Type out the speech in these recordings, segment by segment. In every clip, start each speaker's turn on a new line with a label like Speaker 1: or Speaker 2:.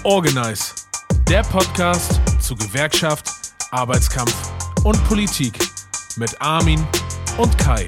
Speaker 1: Organize, der Podcast zu Gewerkschaft, Arbeitskampf und Politik mit Armin und Kai.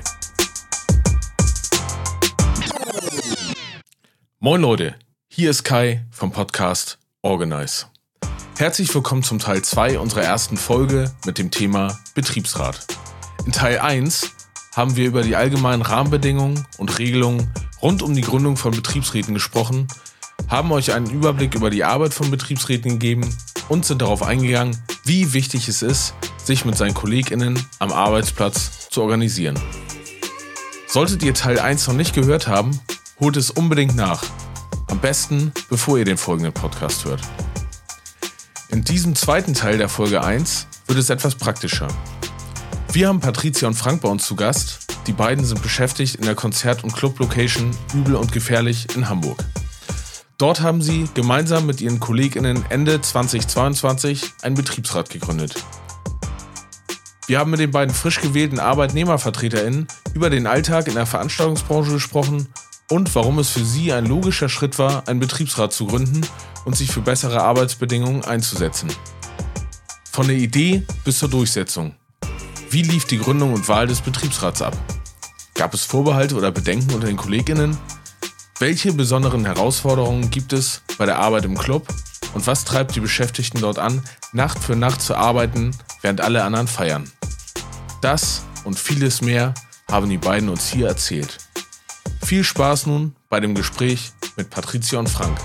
Speaker 1: Moin Leute, hier ist Kai vom Podcast Organize. Herzlich willkommen zum Teil 2 unserer ersten Folge mit dem Thema Betriebsrat. In Teil 1 haben wir über die allgemeinen Rahmenbedingungen und Regelungen rund um die Gründung von Betriebsräten gesprochen, haben euch einen Überblick über die Arbeit von Betriebsräten gegeben und sind darauf eingegangen, wie wichtig es ist, sich mit seinen KollegInnen am Arbeitsplatz zu organisieren. Solltet ihr Teil 1 noch nicht gehört haben, holt es unbedingt nach. Am besten, bevor ihr den folgenden Podcast hört. In diesem zweiten Teil der Folge 1 wird es etwas praktischer. Wir haben Patricia und Frank bei uns zu Gast. Die beiden sind beschäftigt in der Konzert- und Club-Location Übel und Gefährlich in Hamburg. Dort haben sie gemeinsam mit ihren KollegInnen Ende 2022 einen Betriebsrat gegründet. Wir haben mit den beiden frisch gewählten ArbeitnehmervertreterInnen über den Alltag in der Veranstaltungsbranche gesprochen und warum es für sie ein logischer Schritt war, einen Betriebsrat zu gründen und sich für bessere Arbeitsbedingungen einzusetzen. Von der Idee bis zur Durchsetzung. Wie lief die Gründung und Wahl des Betriebsrats ab? Gab es Vorbehalte oder Bedenken unter den KollegInnen? Welche besonderen Herausforderungen gibt es bei der Arbeit im Club? Und was treibt die Beschäftigten dort an, Nacht für Nacht zu arbeiten, während alle anderen feiern? Das und vieles mehr haben die beiden uns hier erzählt. Viel Spaß nun bei dem Gespräch mit Patricia und Frank.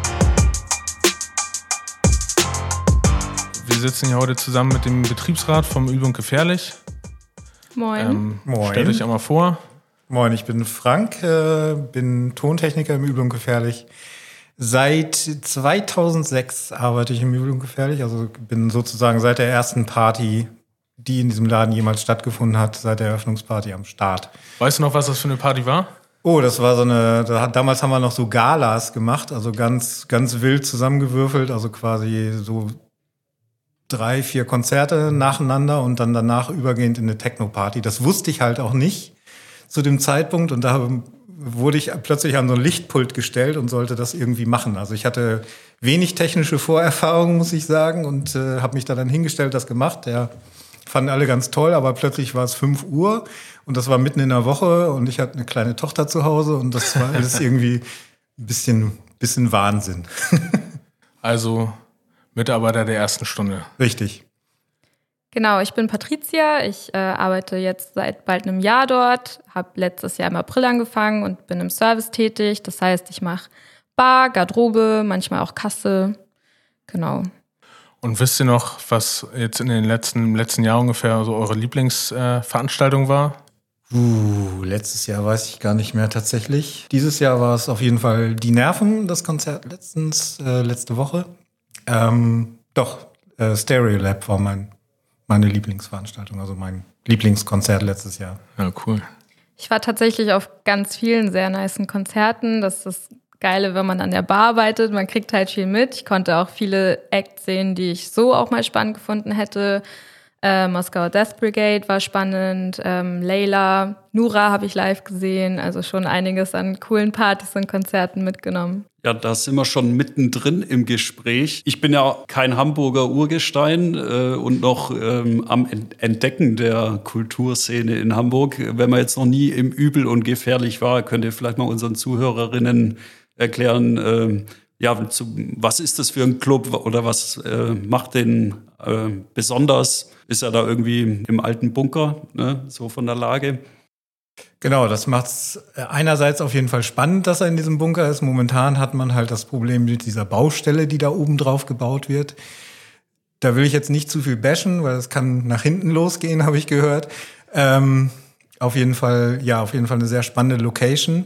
Speaker 1: Wir sitzen hier heute zusammen mit dem Betriebsrat vom Übel und Gefährlich.
Speaker 2: Moin.
Speaker 1: Moin. Stellt euch einmal vor.
Speaker 2: Moin, ich bin Frank, bin Tontechniker im Übel und Gefährlich. Seit 2006 arbeite ich im Übel und Gefährlich, also bin sozusagen seit der ersten Party, die in diesem Laden jemals stattgefunden hat, seit der Eröffnungsparty am Start.
Speaker 1: Weißt du noch, was das für eine Party war?
Speaker 2: Oh, das war damals haben wir noch so Galas gemacht, also ganz, ganz wild zusammengewürfelt, also quasi so 3, 4 Konzerte nacheinander und dann danach übergehend in eine Techno-Party. Das wusste ich halt auch nicht zu dem Zeitpunkt und da wurde ich plötzlich an so ein Lichtpult gestellt und sollte das irgendwie machen. Also ich hatte wenig technische Vorerfahrung, muss ich sagen, und habe mich da dann hingestellt, das gemacht. Ja, fanden alle ganz toll, aber plötzlich war es 5 Uhr und das war mitten in der Woche und ich hatte eine kleine Tochter zu Hause und das war alles irgendwie ein bisschen Wahnsinn.
Speaker 1: Also Mitarbeiter der ersten Stunde.
Speaker 2: Richtig.
Speaker 3: Genau, ich bin Patricia, ich arbeite jetzt seit bald einem Jahr dort, habe letztes Jahr im April angefangen und bin im Service tätig. Das heißt, ich mache Bar, Garderobe, manchmal auch Kasse, genau.
Speaker 1: Und wisst ihr noch, was jetzt im letzten Jahr ungefähr so eure Lieblingsveranstaltung war?
Speaker 2: Letztes Jahr weiß ich gar nicht mehr tatsächlich. Dieses Jahr war es auf jeden Fall Die Nerven, das Konzert letzte Woche. Stereolab war meine Lieblingsveranstaltung, also mein Lieblingskonzert letztes Jahr.
Speaker 1: Ja, cool.
Speaker 3: Ich war tatsächlich auf ganz vielen sehr nicen Konzerten. Das ist das Geile, wenn man an der Bar arbeitet. Man kriegt halt viel mit. Ich konnte auch viele Acts sehen, die ich so auch mal spannend gefunden hätte. Moskauer Death Brigade war spannend. Layla, Nura habe ich live gesehen. Also schon einiges an coolen Partys und Konzerten mitgenommen.
Speaker 4: Ja, da sind wir schon mittendrin im Gespräch. Ich bin ja kein Hamburger Urgestein und noch am Entdecken der Kulturszene in Hamburg. Wenn man jetzt noch nie im Übel und Gefährlich war, könnt ihr vielleicht mal unseren Zuhörerinnen erklären, was ist das für ein Club oder was macht den besonders? Ist er da irgendwie im alten Bunker, ne, so von der Lage?
Speaker 2: Genau, das macht es einerseits auf jeden Fall spannend, dass er in diesem Bunker ist. Momentan hat man halt das Problem mit dieser Baustelle, die da oben drauf gebaut wird. Da will ich jetzt nicht zu viel bashen, weil das kann nach hinten losgehen, habe ich gehört. Auf jeden Fall eine sehr spannende Location.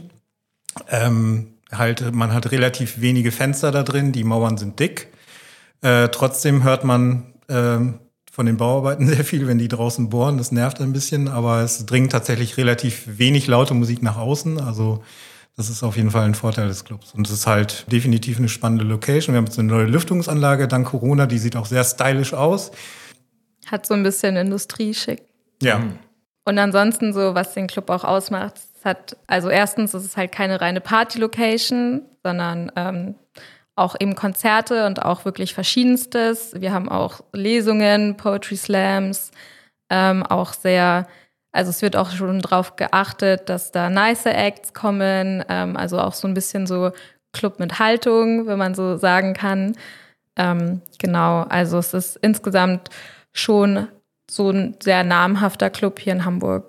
Speaker 2: Man hat relativ wenige Fenster da drin, die Mauern sind dick. Trotzdem hört man von den Bauarbeiten sehr viel, wenn die draußen bohren. Das nervt ein bisschen, aber es dringt tatsächlich relativ wenig laute Musik nach außen. Also das ist auf jeden Fall ein Vorteil des Clubs. Und es ist halt definitiv eine spannende Location. Wir haben jetzt eine neue Lüftungsanlage dank Corona, die sieht auch sehr stylisch aus.
Speaker 3: Hat so ein bisschen Industrieschick.
Speaker 2: Ja.
Speaker 3: Und ansonsten so, was den Club auch ausmacht, erstens ist es halt keine reine Party-Location, sondern auch eben Konzerte und auch wirklich Verschiedenstes. Wir haben auch Lesungen, Poetry Slams, auch sehr, also es wird auch schon darauf geachtet, dass da nice Acts kommen, also auch so ein bisschen so Club mit Haltung, wenn man so sagen kann. Genau, also es ist insgesamt schon so ein sehr namhafter Club hier in Hamburg.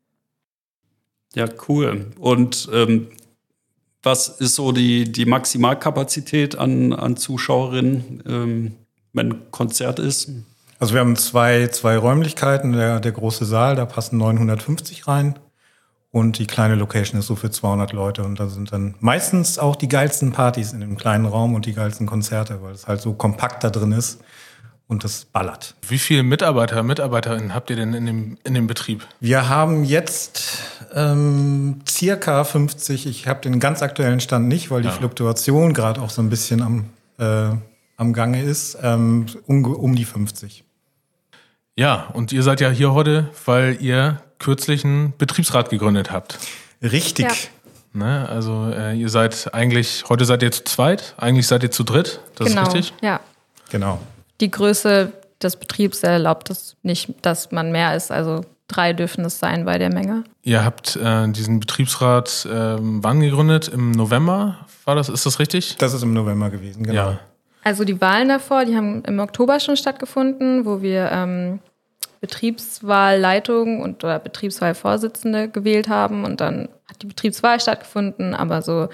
Speaker 4: Ja, cool. Und was ist so die Maximalkapazität an Zuschauerinnen, wenn ein Konzert ist?
Speaker 2: Also wir haben zwei Räumlichkeiten, der große Saal, da passen 950 rein und die kleine Location ist so für 200 Leute und da sind dann meistens auch die geilsten Partys in dem kleinen Raum und die geilsten Konzerte, weil es halt so kompakt da drin ist und das ballert.
Speaker 1: Wie viele Mitarbeiterinnen habt ihr denn in dem Betrieb?
Speaker 2: Wir haben jetzt circa 50, ich habe den ganz aktuellen Stand nicht, weil die Fluktuation gerade auch so ein bisschen am Gange ist, um die 50.
Speaker 1: Ja, und ihr seid ja hier heute, weil ihr kürzlich einen Betriebsrat gegründet habt.
Speaker 2: Richtig.
Speaker 3: Ja.
Speaker 1: Ne? Also ihr seid eigentlich, heute seid ihr zu zweit, eigentlich seid ihr zu dritt, das
Speaker 3: Genau,
Speaker 1: ist richtig?
Speaker 3: Ja.
Speaker 2: Genau.
Speaker 3: Die Größe des Betriebs erlaubt es nicht, dass man mehr ist, also 3 dürfen es sein bei der Menge.
Speaker 1: Ihr habt diesen Betriebsrat wann gegründet? Im November war das? Ist das richtig?
Speaker 2: Das ist im November gewesen, genau.
Speaker 1: Ja.
Speaker 3: Also die Wahlen davor, die haben im Oktober schon stattgefunden, wo wir Betriebswahlleitung oder Betriebswahlvorsitzende gewählt haben und dann hat die Betriebswahl stattgefunden, aber so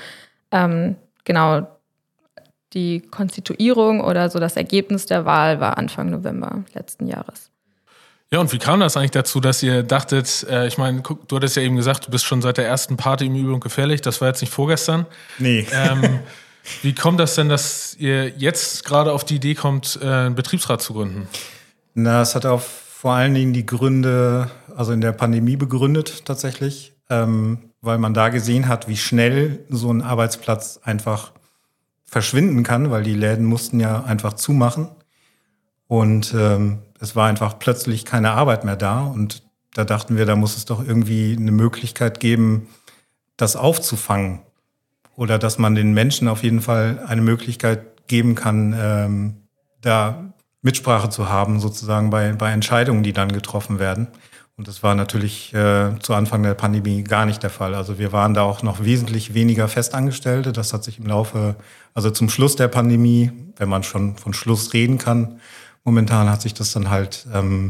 Speaker 3: genau die Konstituierung oder so das Ergebnis der Wahl war Anfang November letzten Jahres.
Speaker 1: Ja, und wie kam das eigentlich dazu, dass ihr dachtet, ich meine, du hattest ja eben gesagt, du bist schon seit der ersten Party im Übung gefährlich, das war jetzt nicht vorgestern.
Speaker 2: Nee.
Speaker 1: Wie kommt das denn, dass ihr jetzt gerade auf die Idee kommt, einen Betriebsrat zu gründen?
Speaker 2: Na, es hat auch vor allen Dingen die Gründe, also in der Pandemie begründet tatsächlich, weil man da gesehen hat, wie schnell so ein Arbeitsplatz einfach verschwinden kann, weil die Läden mussten ja einfach zumachen und es war einfach plötzlich keine Arbeit mehr da und da dachten wir, da muss es doch irgendwie eine Möglichkeit geben, das aufzufangen oder dass man den Menschen auf jeden Fall eine Möglichkeit geben kann, da Mitsprache zu haben, sozusagen bei Entscheidungen, die dann getroffen werden. Und das war natürlich zu Anfang der Pandemie gar nicht der Fall. Also wir waren da auch noch wesentlich weniger Festangestellte. Das hat sich im Laufe, also zum Schluss der Pandemie, wenn man schon von Schluss reden kann, momentan hat sich das dann halt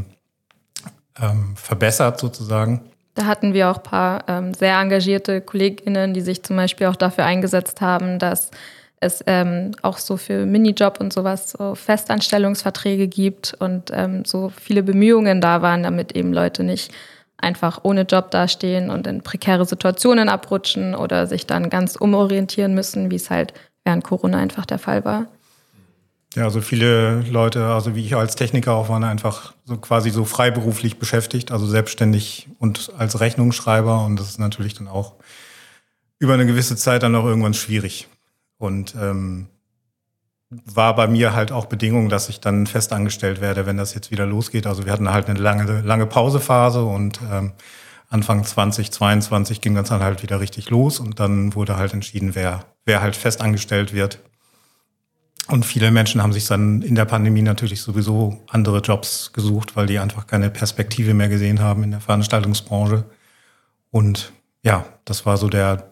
Speaker 2: verbessert sozusagen.
Speaker 3: Da hatten wir auch ein paar sehr engagierte KollegInnen, die sich zum Beispiel auch dafür eingesetzt haben, dass es auch so für Minijob und sowas so Festanstellungsverträge gibt und so viele Bemühungen da waren, damit eben Leute nicht einfach ohne Job dastehen und in prekäre Situationen abrutschen oder sich dann ganz umorientieren müssen, wie es halt während Corona einfach der Fall war.
Speaker 2: Ja, also viele Leute, also wie ich als Techniker auch, waren einfach so quasi so freiberuflich beschäftigt, also selbstständig und als Rechnungsschreiber und das ist natürlich dann auch über eine gewisse Zeit dann auch irgendwann schwierig. Und war bei mir halt auch Bedingung, dass ich dann festangestellt werde, wenn das jetzt wieder losgeht. Also wir hatten halt eine lange Pausephase und Anfang 2022 ging das dann halt wieder richtig los und dann wurde halt entschieden, wer halt festangestellt wird. Und viele Menschen haben sich dann in der Pandemie natürlich sowieso andere Jobs gesucht, weil die einfach keine Perspektive mehr gesehen haben in der Veranstaltungsbranche. Und ja, das war so der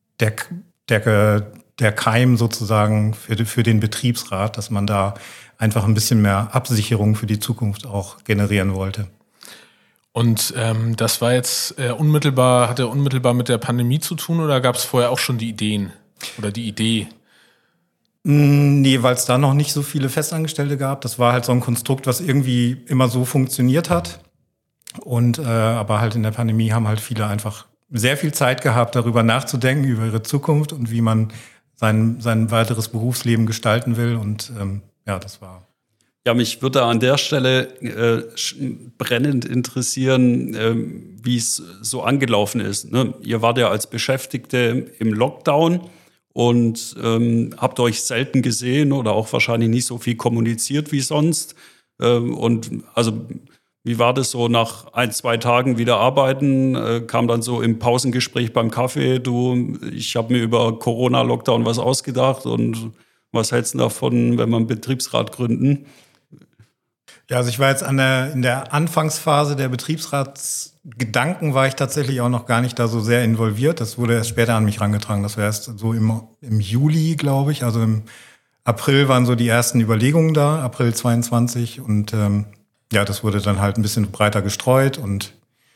Speaker 2: Keim sozusagen für den Betriebsrat, dass man da einfach ein bisschen mehr Absicherung für die Zukunft auch generieren wollte.
Speaker 1: Und das war jetzt hatte unmittelbar mit der Pandemie zu tun oder gab es vorher auch schon die Ideen oder die Idee?
Speaker 2: Nee, weil es da noch nicht so viele Festangestellte gab. Das war halt so ein Konstrukt, was irgendwie immer so funktioniert hat. Und aber halt in der Pandemie haben halt viele einfach sehr viel Zeit gehabt, darüber nachzudenken, über ihre Zukunft und wie man sein weiteres Berufsleben gestalten will. Und ja, das war.
Speaker 4: Ja, mich würde an der Stelle brennend interessieren, wie es so angelaufen ist. Ne? Ihr wart ja als Beschäftigte im Lockdown und habt euch selten gesehen oder auch wahrscheinlich nicht so viel kommuniziert wie sonst. Und also wie war das so nach 1-2 Tagen wieder arbeiten? Kam dann so im Pausengespräch beim Kaffee, ich habe mir über Corona-Lockdown was ausgedacht und Was hältst du davon, wenn wir einen Betriebsrat gründen?
Speaker 2: Ja, also ich war jetzt in der Anfangsphase der Betriebsratsgedanken war ich tatsächlich auch noch gar nicht da so sehr involviert. Das wurde erst später an mich herangetragen. Das war erst so im Juli, glaube ich. Also im April waren so die ersten Überlegungen da, April 22. Und ja, das wurde dann halt ein bisschen breiter gestreut. Und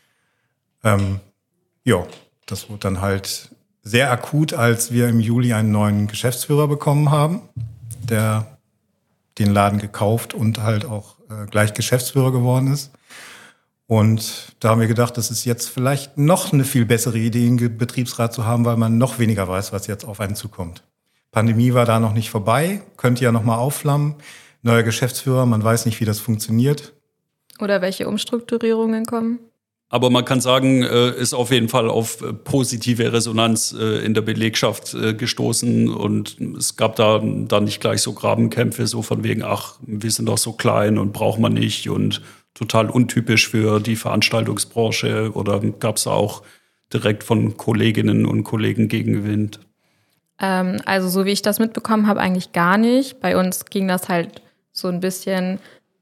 Speaker 2: ja, das wurde dann halt sehr akut, als wir im Juli einen neuen Geschäftsführer bekommen haben, der den Laden gekauft und halt auch gleich Geschäftsführer geworden ist. Und da haben wir gedacht, das ist jetzt vielleicht noch eine viel bessere Idee, einen Betriebsrat zu haben, weil man noch weniger weiß, was jetzt auf einen zukommt. Pandemie war da noch nicht vorbei, könnte ja noch mal aufflammen. Neuer Geschäftsführer, man weiß nicht, wie das funktioniert.
Speaker 3: Oder welche Umstrukturierungen kommen.
Speaker 4: Aber man kann sagen, ist auf jeden Fall auf positive Resonanz in der Belegschaft gestoßen. Und es gab da dann nicht gleich so Grabenkämpfe, so von wegen, ach, wir sind doch so klein und braucht man nicht und total untypisch für die Veranstaltungsbranche. Oder gab es da auch direkt von Kolleginnen und Kollegen Gegenwind?
Speaker 3: Also so wie ich das mitbekommen habe, eigentlich gar nicht. Bei uns ging das halt so ein bisschen,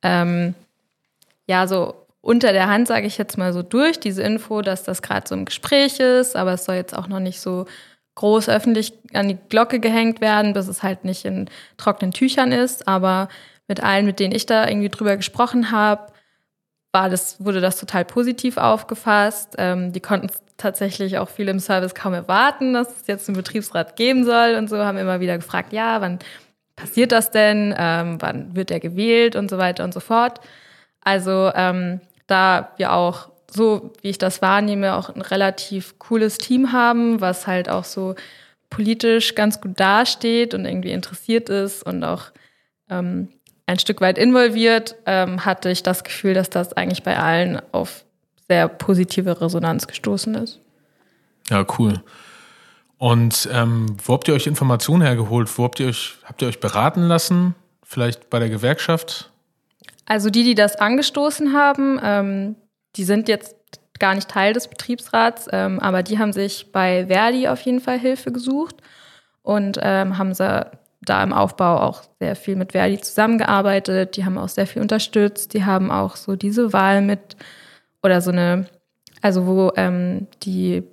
Speaker 3: ja, so unter der Hand, sage ich jetzt mal so durch, diese Info, dass das gerade so im Gespräch ist, aber es soll jetzt auch noch nicht so groß öffentlich an die Glocke gehängt werden, bis es halt nicht in trockenen Tüchern ist. Aber mit allen, mit denen ich da irgendwie drüber gesprochen habe, wurde das total positiv aufgefasst. Die konnten es tatsächlich auch viele im Service kaum erwarten, dass es jetzt einen Betriebsrat geben soll und so, haben immer wieder gefragt, ja, wann passiert das denn, wann wird der gewählt und so weiter und so fort. Also da wir auch, so wie ich das wahrnehme, auch ein relativ cooles Team haben, was halt auch so politisch ganz gut dasteht und irgendwie interessiert ist und auch ein Stück weit involviert, hatte ich das Gefühl, dass das eigentlich bei allen auf sehr positive Resonanz gestoßen ist.
Speaker 1: Ja, cool. Und wo habt ihr euch Informationen hergeholt? Habt ihr euch beraten lassen? Vielleicht bei der Gewerkschaft?
Speaker 3: Also die das angestoßen haben, die sind jetzt gar nicht Teil des Betriebsrats, aber die haben sich bei Verdi auf jeden Fall Hilfe gesucht und haben da im Aufbau auch sehr viel mit Verdi zusammengearbeitet. Die haben auch sehr viel unterstützt. Die haben auch so diese Wahl mit, oder so eine, also wo die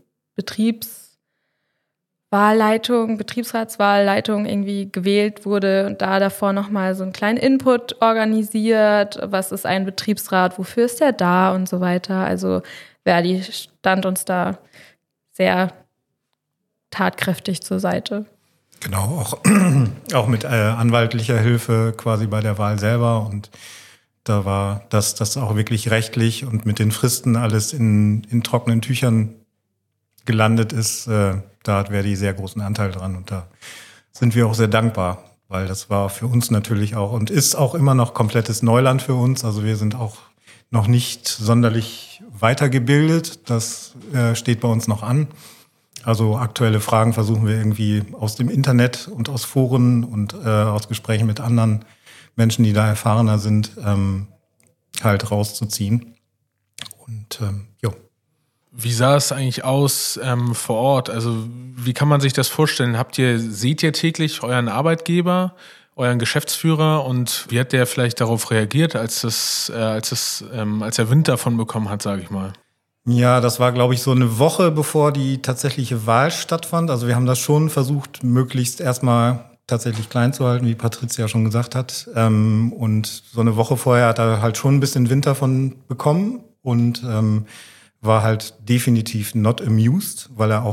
Speaker 3: Betriebsratswahlleitung irgendwie gewählt wurde und da davor nochmal so einen kleinen Input organisiert. Was ist ein Betriebsrat? Wofür ist der da? Und so weiter. Also Verdi stand uns da sehr tatkräftig zur Seite.
Speaker 2: Genau, auch mit anwaltlicher Hilfe quasi bei der Wahl selber. Und da war das auch wirklich rechtlich und mit den Fristen alles in trockenen Tüchern gelandet ist. Da hat Verdi sehr großen Anteil dran und da sind wir auch sehr dankbar, weil das war für uns natürlich auch und ist auch immer noch komplettes Neuland für uns. Also wir sind auch noch nicht sonderlich weitergebildet. Das steht bei uns noch an. Also aktuelle Fragen versuchen wir irgendwie aus dem Internet und aus Foren und aus Gesprächen mit anderen Menschen, die da erfahrener sind, halt rauszuziehen. Und jo.
Speaker 1: Wie sah es eigentlich aus vor Ort? Also wie kann man sich das vorstellen? Seht ihr täglich euren Arbeitgeber, euren Geschäftsführer und wie hat der vielleicht darauf reagiert, als er Wind davon bekommen hat, sage ich mal?
Speaker 2: Ja, das war, glaube ich, so eine Woche, bevor die tatsächliche Wahl stattfand. Also wir haben das schon versucht, möglichst erstmal tatsächlich klein zu halten, wie Patricia schon gesagt hat. Und so eine Woche vorher hat er halt schon ein bisschen Wind davon bekommen und war halt definitiv not amused, weil er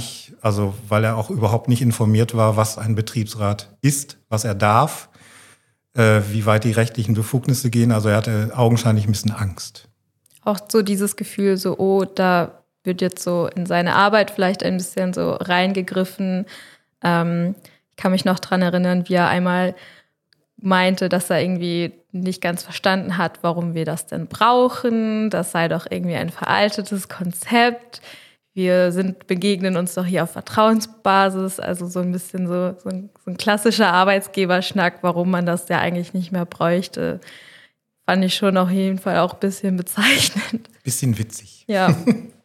Speaker 2: auch überhaupt nicht informiert war, was ein Betriebsrat ist, was er darf, wie weit die rechtlichen Befugnisse gehen. Also er hatte augenscheinlich ein bisschen Angst.
Speaker 3: Auch so dieses Gefühl, so, oh, da wird jetzt so in seine Arbeit vielleicht ein bisschen so reingegriffen. Ich kann mich noch dran erinnern, wie er einmal meinte, dass er irgendwie nicht ganz verstanden hat, warum wir das denn brauchen. Das sei doch irgendwie ein veraltetes Konzept. Wir begegnen uns doch hier auf Vertrauensbasis. Also so ein bisschen so ein klassischer Arbeitsgeberschnack, warum man das ja eigentlich nicht mehr bräuchte. Fand ich schon auf jeden Fall auch ein bisschen bezeichnend.
Speaker 2: Bisschen witzig.
Speaker 3: Ja.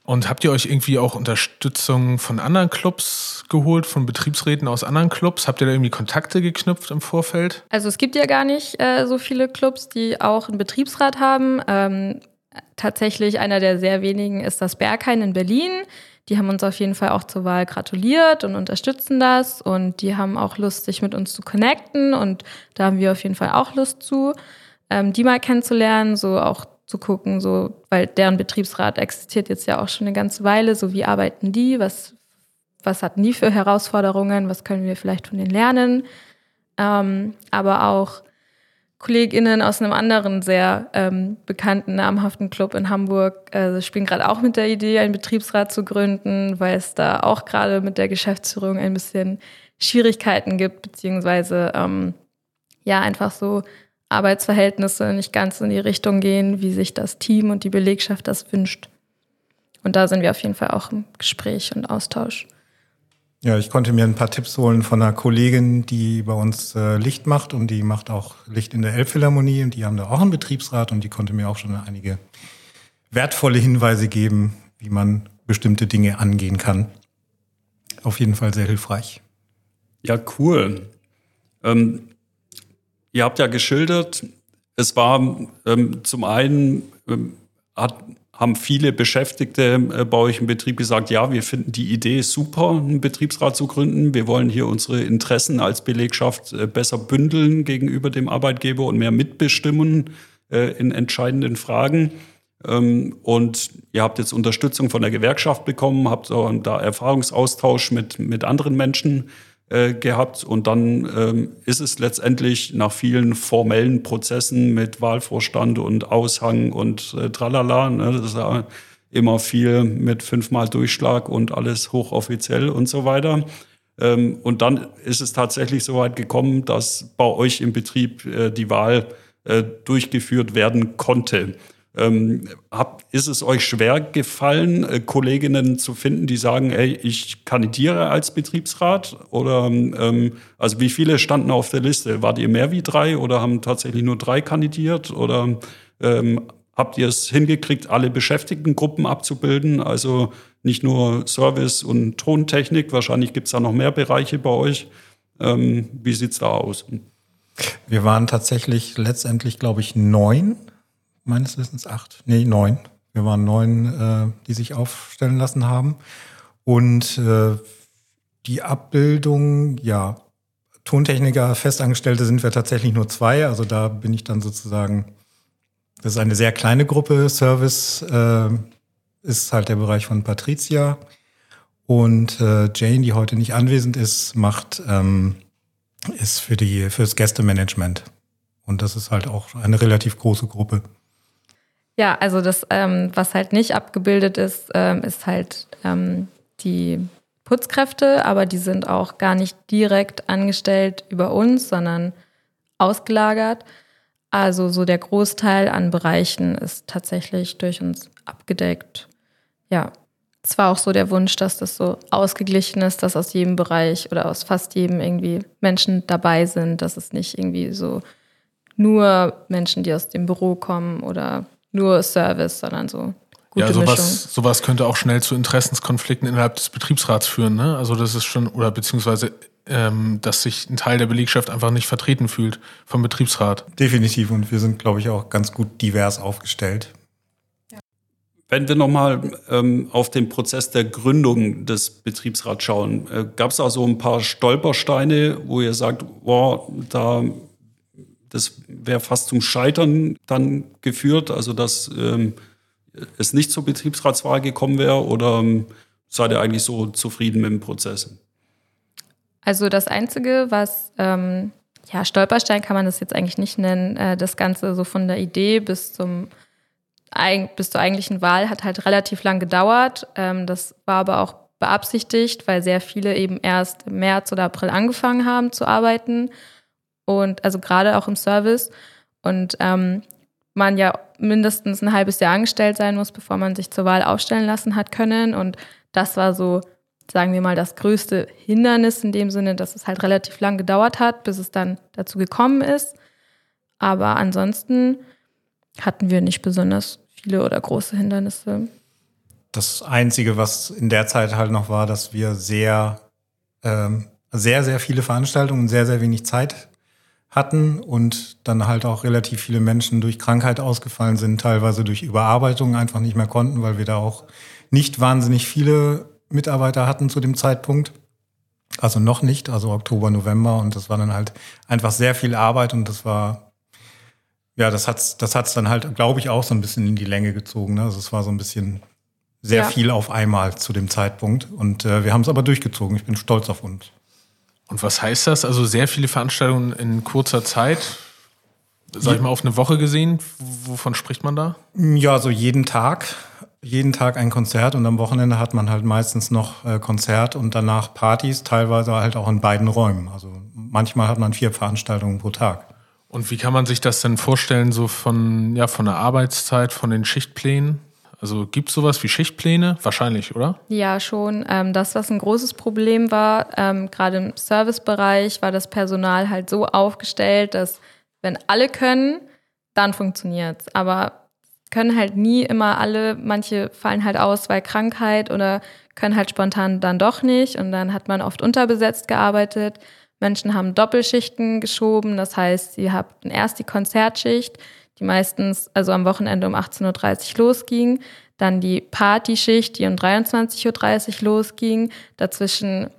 Speaker 1: Und habt ihr euch irgendwie auch Unterstützung von anderen Clubs geholt, von Betriebsräten aus anderen Clubs? Habt ihr da irgendwie Kontakte geknüpft im Vorfeld?
Speaker 3: Also es gibt ja gar nicht so viele Clubs, die auch einen Betriebsrat haben. Tatsächlich einer der sehr wenigen ist das Berghain in Berlin. Die haben uns auf jeden Fall auch zur Wahl gratuliert und unterstützen das. Und die haben auch Lust, sich mit uns zu connecten. Und da haben wir auf jeden Fall auch Lust zu, die mal kennenzulernen, so auch zu gucken, so, weil deren Betriebsrat existiert jetzt ja auch schon eine ganze Weile. So, wie arbeiten die? Was hatten die für Herausforderungen? Was können wir vielleicht von denen lernen? Aber auch KollegInnen aus einem anderen sehr bekannten, namhaften Club in Hamburg spielen gerade auch mit der Idee, einen Betriebsrat zu gründen, weil es da auch gerade mit der Geschäftsführung ein bisschen Schwierigkeiten gibt, beziehungsweise einfach so Arbeitsverhältnisse nicht ganz in die Richtung gehen, wie sich das Team und die Belegschaft das wünscht. Und da sind wir auf jeden Fall auch im Gespräch und Austausch.
Speaker 2: Ja, ich konnte mir ein paar Tipps holen von einer Kollegin, die bei uns Licht macht, und die macht auch Licht in der Elbphilharmonie, und die haben da auch einen Betriebsrat, und die konnte mir auch schon einige wertvolle Hinweise geben, wie man bestimmte Dinge angehen kann. Auf jeden Fall sehr hilfreich.
Speaker 4: Ja, cool. Ihr habt ja geschildert, es war zum einen haben viele Beschäftigte bei euch im Betrieb gesagt, ja, wir finden die Idee super, einen Betriebsrat zu gründen. Wir wollen hier unsere Interessen als Belegschaft besser bündeln gegenüber dem Arbeitgeber und mehr mitbestimmen in entscheidenden Fragen. Und ihr habt jetzt Unterstützung von der Gewerkschaft bekommen, habt da Erfahrungsaustausch mit anderen Menschen gehabt. Und dann ist es letztendlich nach vielen formellen Prozessen mit Wahlvorstand und Aushang und tralala, ne, das ist ja immer viel mit 5-mal Durchschlag und alles hochoffiziell und so weiter. Und dann ist es tatsächlich so weit gekommen, dass bei euch im Betrieb die Wahl durchgeführt werden konnte. Ist es euch schwer gefallen, Kolleginnen zu finden, die sagen, ey, ich kandidiere als Betriebsrat? Oder also wie viele standen auf der Liste? Wart ihr mehr wie 3 oder haben tatsächlich nur 3 kandidiert? Oder habt ihr es hingekriegt, alle Beschäftigtengruppen abzubilden? Also nicht nur Service und Tontechnik, wahrscheinlich gibt es da noch mehr Bereiche bei euch. Wie sieht's da aus?
Speaker 2: Wir waren tatsächlich letztendlich, glaube ich, 9. Meines Wissens 8. Nee, 9. Wir waren 9, die sich aufstellen lassen haben. Und die Abbildung, ja, Tontechniker, Festangestellte sind wir tatsächlich nur 2. Also da bin ich dann sozusagen, das ist eine sehr kleine Gruppe. Service ist halt der Bereich von Patricia. Und Jane, die heute nicht anwesend ist, ist fürs Gästemanagement. Und das ist halt auch eine relativ große Gruppe.
Speaker 3: Ja, also das, was halt nicht abgebildet ist, ist halt die Putzkräfte, aber die sind auch gar nicht direkt angestellt über uns, sondern ausgelagert. Also so der Großteil an Bereichen ist tatsächlich durch uns abgedeckt. Ja, es war auch so der Wunsch, dass das so ausgeglichen ist, dass aus jedem Bereich oder aus fast jedem irgendwie Menschen dabei sind, dass es nicht irgendwie so nur Menschen, die aus dem Büro kommen oder nur Service, sondern so gute Mischung.
Speaker 1: Sowas könnte auch schnell zu Interessenskonflikten innerhalb des Betriebsrats führen, ne? Also das ist schon, oder beziehungsweise, dass sich ein Teil der Belegschaft einfach nicht vertreten fühlt vom Betriebsrat.
Speaker 2: Definitiv, und wir sind, glaube ich, auch ganz gut divers aufgestellt.
Speaker 4: Ja. Wenn wir nochmal auf den Prozess der Gründung des Betriebsrats schauen, gab es da so ein paar Stolpersteine, wo ihr sagt, wow, das wäre fast zum Scheitern dann geführt, also dass es nicht zur Betriebsratswahl gekommen wäre, oder seid ihr eigentlich so zufrieden mit dem Prozess?
Speaker 3: Also das Einzige, was, Stolperstein kann man das jetzt eigentlich nicht nennen, das Ganze so von der Idee bis zur eigentlichen Wahl hat halt relativ lang gedauert. Das war aber auch beabsichtigt, weil sehr viele eben erst im März oder April angefangen haben zu arbeiten. Und also gerade auch im Service. Und man ja mindestens ein halbes Jahr angestellt sein muss, bevor man sich zur Wahl aufstellen lassen hat können. Und das war so, sagen wir mal, das größte Hindernis in dem Sinne, dass es halt relativ lang gedauert hat, bis es dann dazu gekommen ist. Aber ansonsten hatten wir nicht besonders viele oder große Hindernisse.
Speaker 2: Das Einzige, was in der Zeit halt noch war, dass wir sehr viele Veranstaltungen und sehr, sehr wenig Zeit hatten und dann halt auch relativ viele Menschen durch Krankheit ausgefallen sind, teilweise durch Überarbeitung einfach nicht mehr konnten, weil wir da auch nicht wahnsinnig viele Mitarbeiter hatten zu dem Zeitpunkt. Also noch nicht, also Oktober, November, und das war dann halt einfach sehr viel Arbeit und das war, ja, das hat's dann halt, glaube ich, auch so ein bisschen in die Länge gezogen. Ne? Also es war so ein bisschen sehr viel auf einmal zu dem Zeitpunkt und wir haben es aber durchgezogen. Ich bin stolz auf uns.
Speaker 1: Und was heißt das? Also sehr viele Veranstaltungen in kurzer Zeit, sag ich mal, auf eine Woche gesehen. Wovon spricht man da?
Speaker 2: Ja, so jeden Tag ein Konzert und am Wochenende hat man halt meistens noch Konzert und danach Partys, teilweise halt auch in beiden Räumen. Also manchmal hat man 4 Veranstaltungen pro Tag.
Speaker 1: Und wie kann man sich das denn vorstellen, so von der Arbeitszeit, von den Schichtplänen? Also gibt es sowas wie Schichtpläne? Wahrscheinlich, oder?
Speaker 3: Ja, schon. Das, was ein großes Problem war, gerade im Servicebereich, war das Personal halt so aufgestellt, dass wenn alle können, dann funktioniert's. Aber können halt nie immer alle, manche fallen halt aus, weil Krankheit oder können halt spontan dann doch nicht. Und dann hat man oft unterbesetzt gearbeitet. Menschen haben Doppelschichten geschoben. Das heißt, sie hatten erst die Konzertschicht, die meistens, also am Wochenende um 18.30 Uhr losging. Dann die Partyschicht, die um 23.30 Uhr losging. Dazwischen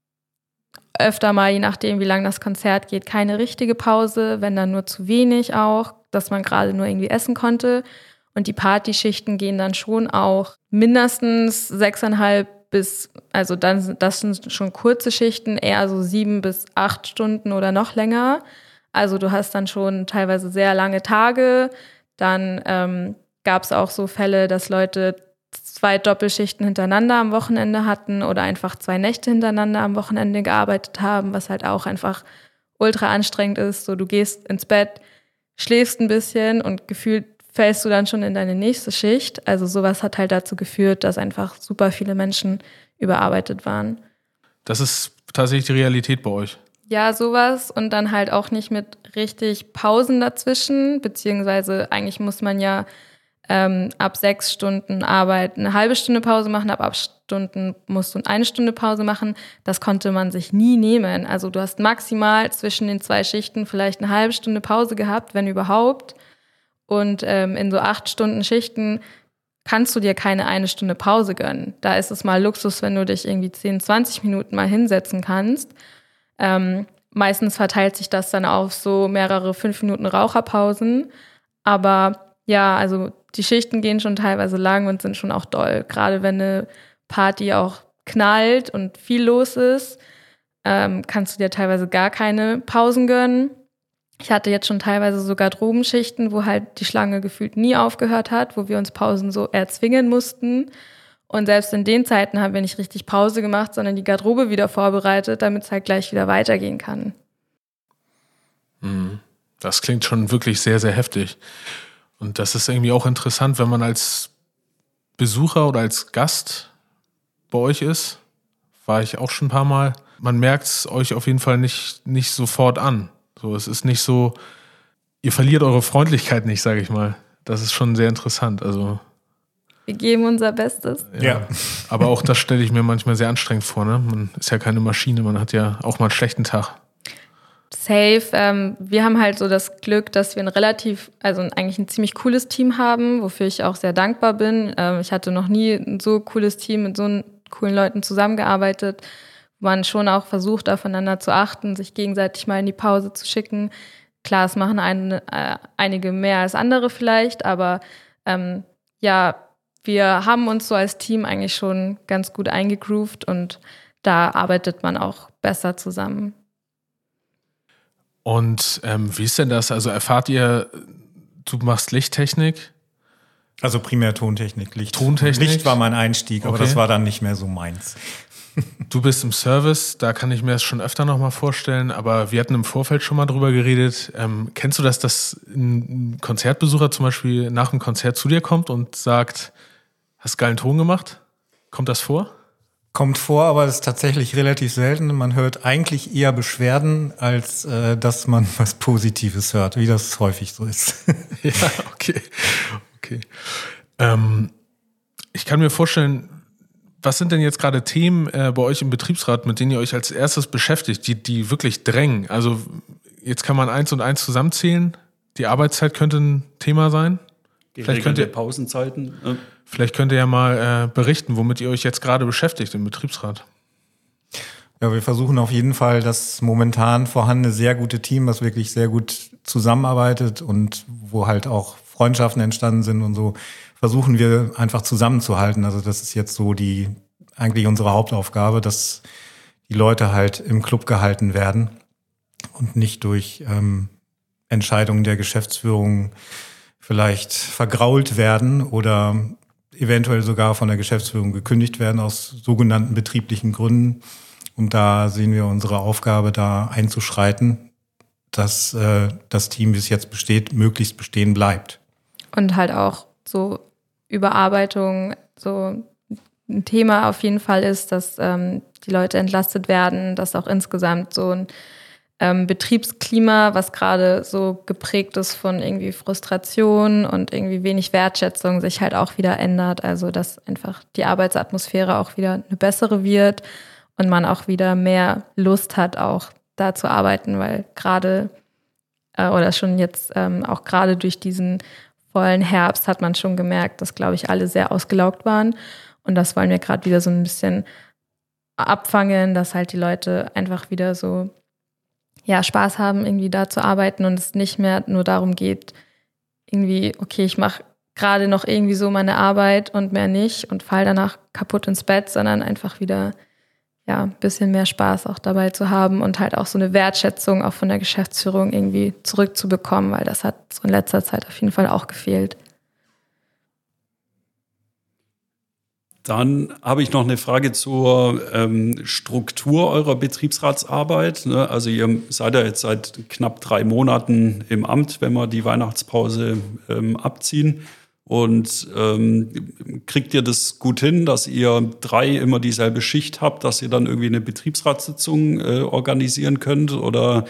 Speaker 3: öfter mal, je nachdem, wie lang das Konzert geht, keine richtige Pause, wenn dann nur zu wenig auch, dass man gerade nur irgendwie essen konnte. Und die Partyschichten gehen dann schon auch mindestens 6,5 bis, also dann, das sind schon kurze Schichten, eher so 7 bis 8 Stunden oder noch länger. Also du hast dann schon teilweise sehr lange Tage. Dann gab es auch so Fälle, dass Leute 2 Doppelschichten hintereinander am Wochenende hatten oder einfach 2 Nächte hintereinander am Wochenende gearbeitet haben, was halt auch einfach ultra anstrengend ist. So, du gehst ins Bett, schläfst ein bisschen und gefühlt fällst du dann schon in deine nächste Schicht. Also sowas hat halt dazu geführt, dass einfach super viele Menschen überarbeitet waren.
Speaker 1: Das ist tatsächlich die Realität bei euch?
Speaker 3: Ja, sowas und dann halt auch nicht mit richtig Pausen dazwischen, beziehungsweise eigentlich muss man ja ab 6 Stunden Arbeit eine halbe Stunde Pause machen, ab 8 Stunden musst du 1 Stunde Pause machen. Das konnte man sich nie nehmen. Also du hast maximal zwischen den 2 Schichten vielleicht eine halbe Stunde Pause gehabt, wenn überhaupt. Und in so 8 Stunden Schichten kannst du dir keine 1 Stunde Pause gönnen. Da ist es mal Luxus, wenn du dich irgendwie 10, 20 Minuten mal hinsetzen kannst. Meistens verteilt sich das dann auf so mehrere 5 Minuten Raucherpausen. Aber ja, also die Schichten gehen schon teilweise lang und sind schon auch doll. Gerade wenn eine Party auch knallt und viel los ist, kannst du dir teilweise gar keine Pausen gönnen. Ich hatte jetzt schon teilweise so Garderobenschichten, wo halt die Schlange gefühlt nie aufgehört hat, wo wir uns Pausen so erzwingen mussten. Und selbst in den Zeiten haben wir nicht richtig Pause gemacht, sondern die Garderobe wieder vorbereitet, damit es halt gleich wieder weitergehen kann.
Speaker 1: Das klingt schon wirklich sehr, sehr heftig. Und das ist irgendwie auch interessant, wenn man als Besucher oder als Gast bei euch ist. War ich auch schon ein paar Mal. Man merkt es euch auf jeden Fall nicht sofort an. So, es ist nicht so, ihr verliert eure Freundlichkeit nicht, sage ich mal. Das ist schon sehr interessant. Also
Speaker 3: wir geben unser Bestes.
Speaker 1: Ja. Aber auch das stelle ich mir manchmal sehr anstrengend vor. Ne? Man ist ja keine Maschine, man hat ja auch mal einen schlechten Tag.
Speaker 3: Safe. Wir haben halt so das Glück, dass wir eigentlich ein ziemlich cooles Team haben, wofür ich auch sehr dankbar bin. Ich hatte noch nie ein so cooles Team mit so coolen Leuten zusammengearbeitet, wo man schon auch versucht, aufeinander zu achten, sich gegenseitig mal in die Pause zu schicken. Klar, es machen einige mehr als andere vielleicht, aber wir haben uns so als Team eigentlich schon ganz gut eingegroovt und da arbeitet man auch besser zusammen.
Speaker 1: Und wie ist denn das? Also erfahrt ihr, du machst Lichttechnik?
Speaker 2: Also primär Tontechnik.
Speaker 1: Tontechnik?
Speaker 2: Licht war mein Einstieg, aber das war dann nicht mehr so meins.
Speaker 1: Du bist im Service, da kann ich mir das schon öfter noch mal vorstellen, aber wir hatten im Vorfeld schon mal drüber geredet. Kennst du das, dass ein Konzertbesucher zum Beispiel nach dem Konzert zu dir kommt und sagt, hast geilen Ton gemacht? Kommt das vor?
Speaker 2: Kommt vor, aber es ist tatsächlich relativ selten. Man hört eigentlich eher Beschwerden, als dass man was Positives hört, wie das häufig so ist.
Speaker 1: Ja, okay. Ich kann mir vorstellen, was sind denn jetzt gerade Themen bei euch im Betriebsrat, mit denen ihr euch als erstes beschäftigt, die wirklich drängen? Also jetzt kann man 1 und 1 zusammenzählen. Die Arbeitszeit könnte ein Thema sein.
Speaker 4: Geregelte Pausenzeiten.
Speaker 1: Vielleicht könnt ihr ja mal berichten, womit ihr euch jetzt gerade beschäftigt im Betriebsrat.
Speaker 2: Ja, wir versuchen auf jeden Fall das momentan vorhandene sehr gute Team, was wirklich sehr gut zusammenarbeitet und wo halt auch Freundschaften entstanden sind und so, versuchen wir einfach zusammenzuhalten. Also das ist jetzt so eigentlich unsere Hauptaufgabe, dass die Leute halt im Club gehalten werden und nicht durch Entscheidungen der Geschäftsführung vielleicht vergrault werden oder eventuell sogar von der Geschäftsführung gekündigt werden aus sogenannten betrieblichen Gründen. Und da sehen wir unsere Aufgabe, da einzuschreiten, dass das Team, wie es jetzt besteht, möglichst bestehen bleibt.
Speaker 3: Und halt auch so Überarbeitung, so ein Thema auf jeden Fall ist, dass die Leute entlastet werden, dass auch insgesamt so ein Betriebsklima, was gerade so geprägt ist von irgendwie Frustration und irgendwie wenig Wertschätzung, sich halt auch wieder ändert. Also dass einfach die Arbeitsatmosphäre auch wieder eine bessere wird und man auch wieder mehr Lust hat, auch da zu arbeiten, weil gerade oder schon jetzt auch gerade durch diesen vollen Herbst hat man schon gemerkt, dass, glaube ich, alle sehr ausgelaugt waren. Und das wollen wir gerade wieder so ein bisschen abfangen, dass halt die Leute einfach wieder so Spaß haben, irgendwie da zu arbeiten und es nicht mehr nur darum geht, irgendwie, okay, ich mache gerade noch irgendwie so meine Arbeit und mehr nicht und fall danach kaputt ins Bett, sondern einfach wieder ein bisschen mehr Spaß auch dabei zu haben und halt auch so eine Wertschätzung auch von der Geschäftsführung irgendwie zurückzubekommen, weil das hat so in letzter Zeit auf jeden Fall auch gefehlt.
Speaker 4: Dann habe ich noch eine Frage zur Struktur eurer Betriebsratsarbeit. Also ihr seid ja jetzt seit knapp 3 Monaten im Amt, wenn wir die Weihnachtspause abziehen. Und kriegt ihr das gut hin, dass ihr 3 immer dieselbe Schicht habt, dass ihr dann irgendwie eine Betriebsratssitzung organisieren könnt? Oder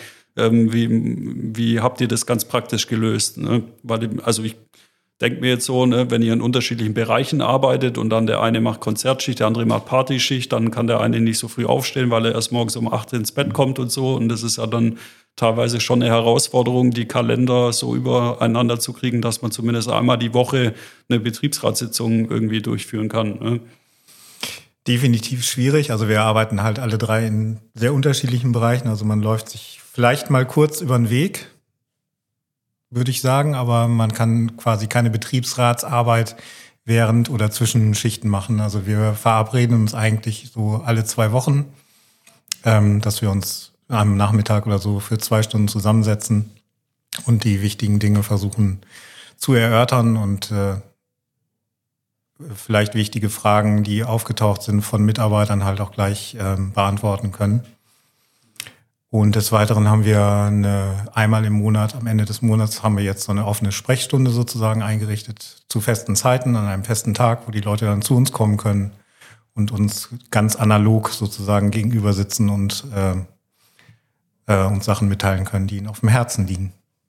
Speaker 4: wie habt ihr das ganz praktisch gelöst? Ne? Also ich denke mir jetzt so, ne, wenn ihr in unterschiedlichen Bereichen arbeitet und dann der eine macht Konzertschicht, der andere macht Partyschicht, dann kann der eine nicht so früh aufstehen, weil er erst morgens um 8 ins Bett kommt und so. Und das ist ja dann teilweise schon eine Herausforderung, die Kalender so übereinander zu kriegen, dass man zumindest einmal die Woche eine Betriebsratssitzung irgendwie durchführen kann. Ne?
Speaker 2: Definitiv schwierig. Also wir arbeiten halt alle 3 in sehr unterschiedlichen Bereichen. Also man läuft sich vielleicht mal kurz über den Weg, würde ich sagen, aber man kann quasi keine Betriebsratsarbeit während oder zwischen Schichten machen. Also wir verabreden uns eigentlich so alle 2 Wochen, dass wir uns am Nachmittag oder so für 2 Stunden zusammensetzen und die wichtigen Dinge versuchen zu erörtern und vielleicht wichtige Fragen, die aufgetaucht sind von Mitarbeitern, halt auch gleich beantworten können. Und des Weiteren haben wir einmal im Monat, am Ende des Monats, haben wir jetzt so eine offene Sprechstunde sozusagen eingerichtet zu festen Zeiten, an einem festen Tag, wo die Leute dann zu uns kommen können und uns ganz analog sozusagen gegenüber sitzen und uns Sachen mitteilen können, die ihnen auf dem Herzen liegen.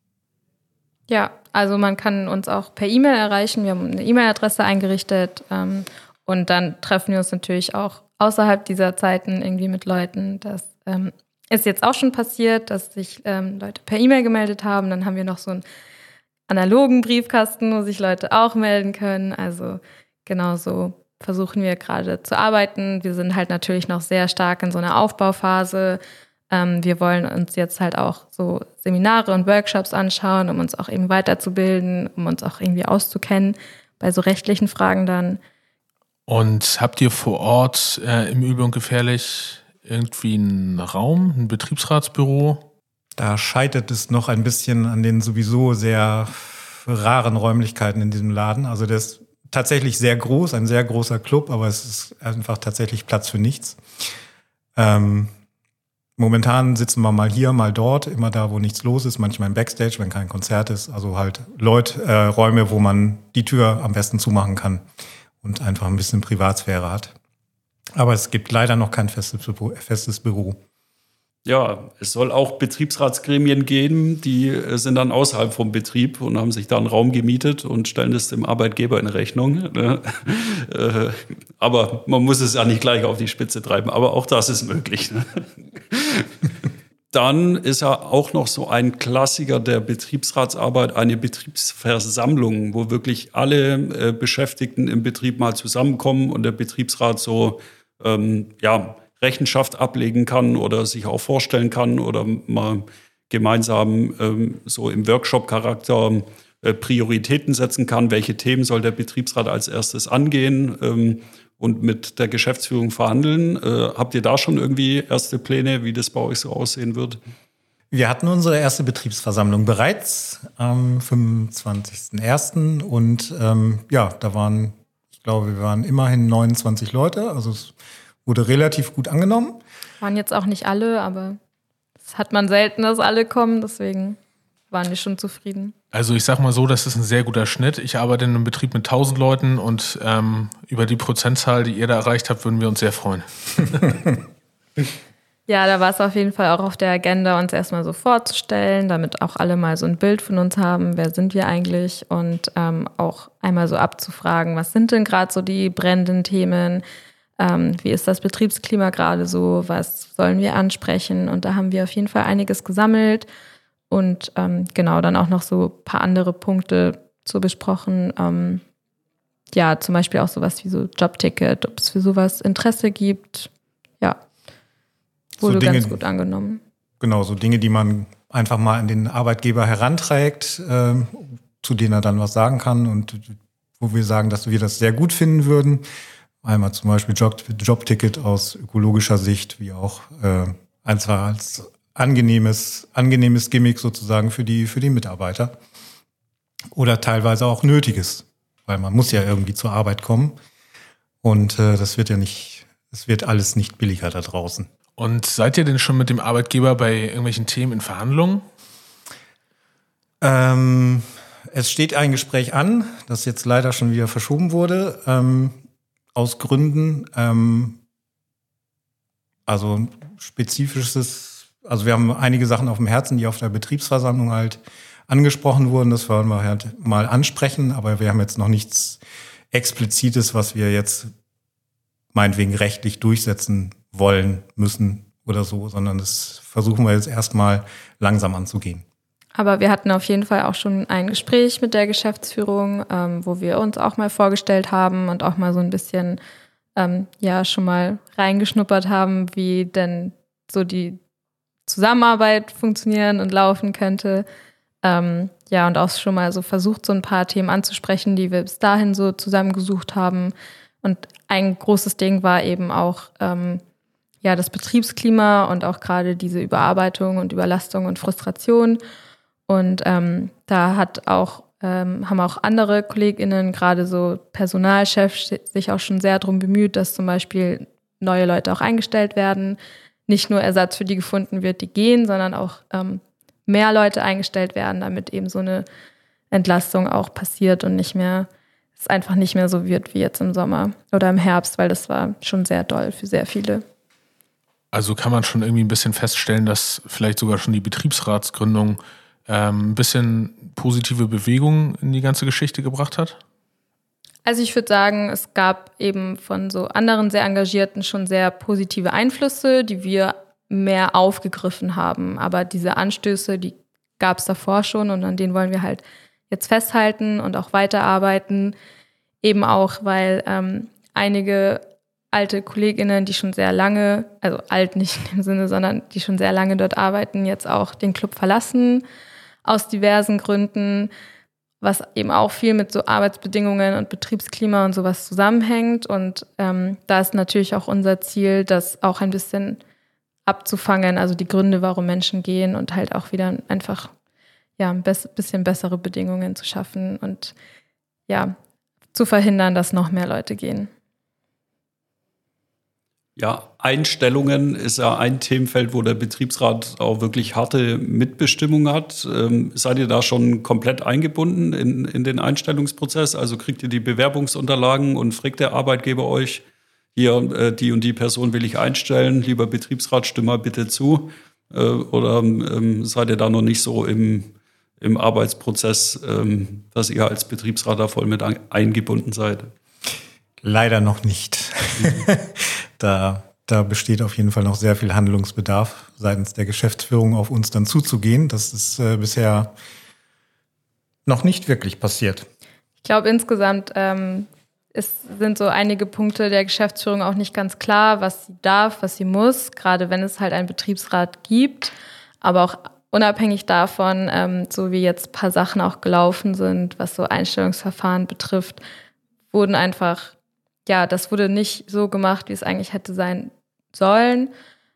Speaker 3: Ja, also man kann uns auch per E-Mail erreichen. Wir haben eine E-Mail-Adresse eingerichtet und dann treffen wir uns natürlich auch außerhalb dieser Zeiten irgendwie mit Leuten. Das ist jetzt auch schon passiert, dass sich Leute per E-Mail gemeldet haben. Dann haben wir noch so einen analogen Briefkasten, wo sich Leute auch melden können. Also genau so versuchen wir gerade zu arbeiten. Wir sind halt natürlich noch sehr stark in so einer Aufbauphase. Wir wollen uns jetzt halt auch so Seminare und Workshops anschauen, um uns auch eben weiterzubilden, um uns auch irgendwie auszukennen bei so rechtlichen Fragen dann.
Speaker 1: Und habt ihr vor Ort im Übel und Gefährlich irgendwie einen Raum, ein Betriebsratsbüro?
Speaker 2: Da scheitert es noch ein bisschen an den sowieso sehr raren Räumlichkeiten in diesem Laden. Also der ist tatsächlich sehr groß, ein sehr großer Club, aber es ist einfach tatsächlich Platz für nichts. Momentan sitzen wir mal hier, mal dort, immer da, wo nichts los ist, manchmal im Backstage, wenn kein Konzert ist. Also halt Räume, wo man die Tür am besten zumachen kann und einfach ein bisschen Privatsphäre hat. Aber es gibt leider noch kein festes Büro.
Speaker 4: Ja, es soll auch Betriebsratsgremien geben, die sind dann außerhalb vom Betrieb und haben sich da einen Raum gemietet und stellen das dem Arbeitgeber in Rechnung. Aber man muss es ja nicht gleich auf die Spitze treiben, aber auch das ist möglich. Dann ist ja auch noch so ein Klassiker der Betriebsratsarbeit eine Betriebsversammlung, wo wirklich alle Beschäftigten im Betrieb mal zusammenkommen und der Betriebsrat so, Rechenschaft ablegen kann oder sich auch vorstellen kann oder mal gemeinsam so im Workshop-Charakter Prioritäten setzen kann. Welche Themen soll der Betriebsrat als erstes angehen und mit der Geschäftsführung verhandeln? Habt ihr da schon irgendwie erste Pläne, wie das bei euch so aussehen wird?
Speaker 2: Wir hatten unsere erste Betriebsversammlung bereits am 25.01. Und da waren, ich glaube, wir waren immerhin 29 Leute, also es wurde relativ gut angenommen.
Speaker 3: Waren jetzt auch nicht alle, aber das hat man selten, dass alle kommen. Deswegen waren wir schon zufrieden.
Speaker 1: Also ich sag mal so, das ist ein sehr guter Schnitt. Ich arbeite in einem Betrieb mit 1000 Leuten und über die Prozentzahl, die ihr da erreicht habt, würden wir uns sehr freuen.
Speaker 3: Ja, da war es auf jeden Fall auch auf der Agenda, uns erstmal so vorzustellen, damit auch alle mal so ein Bild von uns haben, wer sind wir eigentlich und auch einmal so abzufragen, was sind denn gerade so die brennenden Themen, wie ist das Betriebsklima gerade so, was sollen wir ansprechen, und da haben wir auf jeden Fall einiges gesammelt und dann auch noch so ein paar andere Punkte so besprochen, zum Beispiel auch sowas wie so Jobticket, ob es für sowas Interesse gibt, ja. Wurde so Dinge, ganz gut angenommen.
Speaker 2: Genau, so Dinge, die man einfach mal an den Arbeitgeber heranträgt, zu denen er dann was sagen kann und wo wir sagen, dass wir das sehr gut finden würden. Einmal zum Beispiel Jobticket aus ökologischer Sicht, wie auch einfach als angenehmes Gimmick sozusagen für die Mitarbeiter. Oder teilweise auch Nötiges, weil man muss ja irgendwie zur Arbeit kommen. Und das wird alles nicht billiger da draußen.
Speaker 1: Und seid ihr denn schon mit dem Arbeitgeber bei irgendwelchen Themen in Verhandlungen?
Speaker 2: Es steht ein Gespräch an, das jetzt leider schon wieder verschoben wurde, aus Gründen. Also spezifisches, also wir haben einige Sachen auf dem Herzen, die auf der Betriebsversammlung halt angesprochen wurden. Das wollen wir halt mal ansprechen, aber wir haben jetzt noch nichts Explizites, was wir jetzt meinetwegen rechtlich durchsetzen wollen, müssen oder so, sondern das versuchen wir jetzt erstmal langsam anzugehen.
Speaker 3: Aber wir hatten auf jeden Fall auch schon ein Gespräch mit der Geschäftsführung, wo wir uns auch mal vorgestellt haben und auch mal so ein bisschen schon mal reingeschnuppert haben, wie denn so die Zusammenarbeit funktionieren und laufen könnte. Und auch schon mal so versucht, so ein paar Themen anzusprechen, die wir bis dahin so zusammengesucht haben. Und ein großes Ding war eben auch das Betriebsklima und auch gerade diese Überarbeitung und Überlastung und Frustration. Und da haben auch andere KollegInnen, gerade so Personalchefs, sich auch schon sehr darum bemüht, dass zum Beispiel neue Leute auch eingestellt werden. Nicht nur Ersatz für die gefunden wird, die gehen, sondern auch mehr Leute eingestellt werden, damit eben so eine Entlastung auch passiert und es einfach nicht mehr so wird wie jetzt im Sommer oder im Herbst, weil das war schon sehr doll für sehr viele.
Speaker 1: Also kann man schon irgendwie ein bisschen feststellen, dass vielleicht sogar schon die Betriebsratsgründung ein bisschen positive Bewegung in die ganze Geschichte gebracht hat?
Speaker 3: Also ich würde sagen, es gab eben von so anderen sehr Engagierten schon sehr positive Einflüsse, die wir mehr aufgegriffen haben. Aber diese Anstöße, die gab es davor schon und an denen wollen wir halt jetzt festhalten und auch weiterarbeiten. Eben auch, weil einige alte KollegInnen, die schon sehr lange, also alt nicht in dem Sinne, sondern die schon sehr lange dort arbeiten, jetzt auch den Club verlassen, aus diversen Gründen, was eben auch viel mit so Arbeitsbedingungen und Betriebsklima und sowas zusammenhängt. Und da ist natürlich auch unser Ziel, das auch ein bisschen abzufangen, also die Gründe, warum Menschen gehen und halt auch wieder einfach ein bisschen bessere Bedingungen zu schaffen und zu verhindern, dass noch mehr Leute gehen.
Speaker 4: Ja, Einstellungen ist ja ein Themenfeld, wo der Betriebsrat auch wirklich harte Mitbestimmung hat. Seid ihr da schon komplett eingebunden in den Einstellungsprozess? Also kriegt ihr die Bewerbungsunterlagen und fragt der Arbeitgeber euch, hier, die und die Person will ich einstellen, lieber Betriebsrat, stimm mal bitte zu. Oder seid ihr da noch nicht so im Arbeitsprozess, dass ihr als Betriebsrat da voll mit eingebunden seid?
Speaker 2: Leider noch nicht. Da besteht auf jeden Fall noch sehr viel Handlungsbedarf seitens der Geschäftsführung auf uns dann zuzugehen. Das ist bisher noch nicht wirklich passiert.
Speaker 3: Ich glaube, insgesamt sind so einige Punkte der Geschäftsführung auch nicht ganz klar, was sie darf, was sie muss, gerade wenn es halt einen Betriebsrat gibt. Aber auch unabhängig davon, so wie jetzt ein paar Sachen auch gelaufen sind, was so Einstellungsverfahren betrifft, wurden einfach, das wurde nicht so gemacht, wie es eigentlich hätte sein sollen.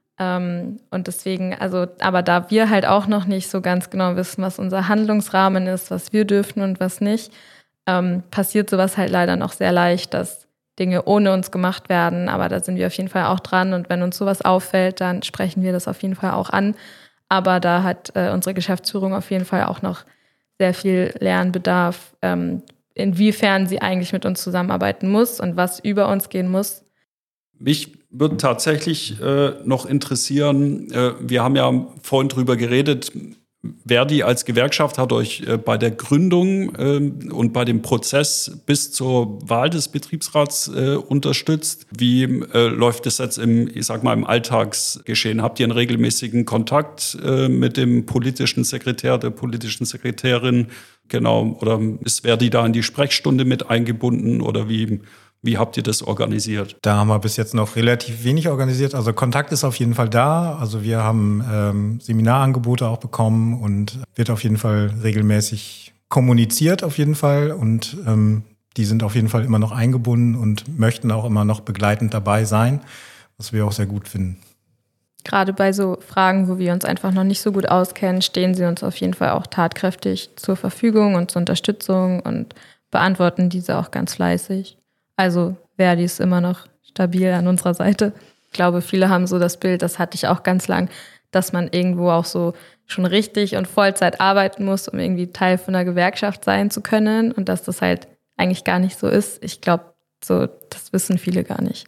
Speaker 3: Und deswegen, aber da wir halt auch noch nicht so ganz genau wissen, was unser Handlungsrahmen ist, was wir dürfen und was nicht, passiert sowas halt leider noch sehr leicht, dass Dinge ohne uns gemacht werden. Aber da sind wir auf jeden Fall auch dran. Und wenn uns sowas auffällt, dann sprechen wir das auf jeden Fall auch an. Aber da hat unsere Geschäftsführung auf jeden Fall auch noch sehr viel Lernbedarf, inwiefern sie eigentlich mit uns zusammenarbeiten muss und was über uns gehen muss.
Speaker 4: Mich würde tatsächlich noch interessieren, wir haben ja vorhin drüber geredet, Verdi als Gewerkschaft hat euch bei der Gründung und bei dem Prozess bis zur Wahl des Betriebsrats unterstützt. Wie läuft das jetzt im Alltagsgeschehen? Habt ihr einen regelmäßigen Kontakt mit dem politischen Sekretär, der politischen Sekretärin? Genau, oder ist Verdi da in die Sprechstunde mit eingebunden oder wie habt ihr das organisiert?
Speaker 2: Da haben wir bis jetzt noch relativ wenig organisiert. Also Kontakt ist auf jeden Fall da. Also wir haben Seminarangebote auch bekommen und wird auf jeden Fall regelmäßig kommuniziert auf jeden Fall. Und die sind auf jeden Fall immer noch eingebunden und möchten auch immer noch begleitend dabei sein, was wir auch sehr gut finden.
Speaker 3: Gerade bei so Fragen, wo wir uns einfach noch nicht so gut auskennen, stehen sie uns auf jeden Fall auch tatkräftig zur Verfügung und zur Unterstützung und beantworten diese auch ganz fleißig. Also Verdi ist immer noch stabil an unserer Seite. Ich glaube, viele haben so das Bild, das hatte ich auch ganz lang, dass man irgendwo auch so schon richtig und Vollzeit arbeiten muss, um irgendwie Teil von einer Gewerkschaft sein zu können und dass das halt eigentlich gar nicht so ist. Ich glaube, so das wissen viele gar nicht.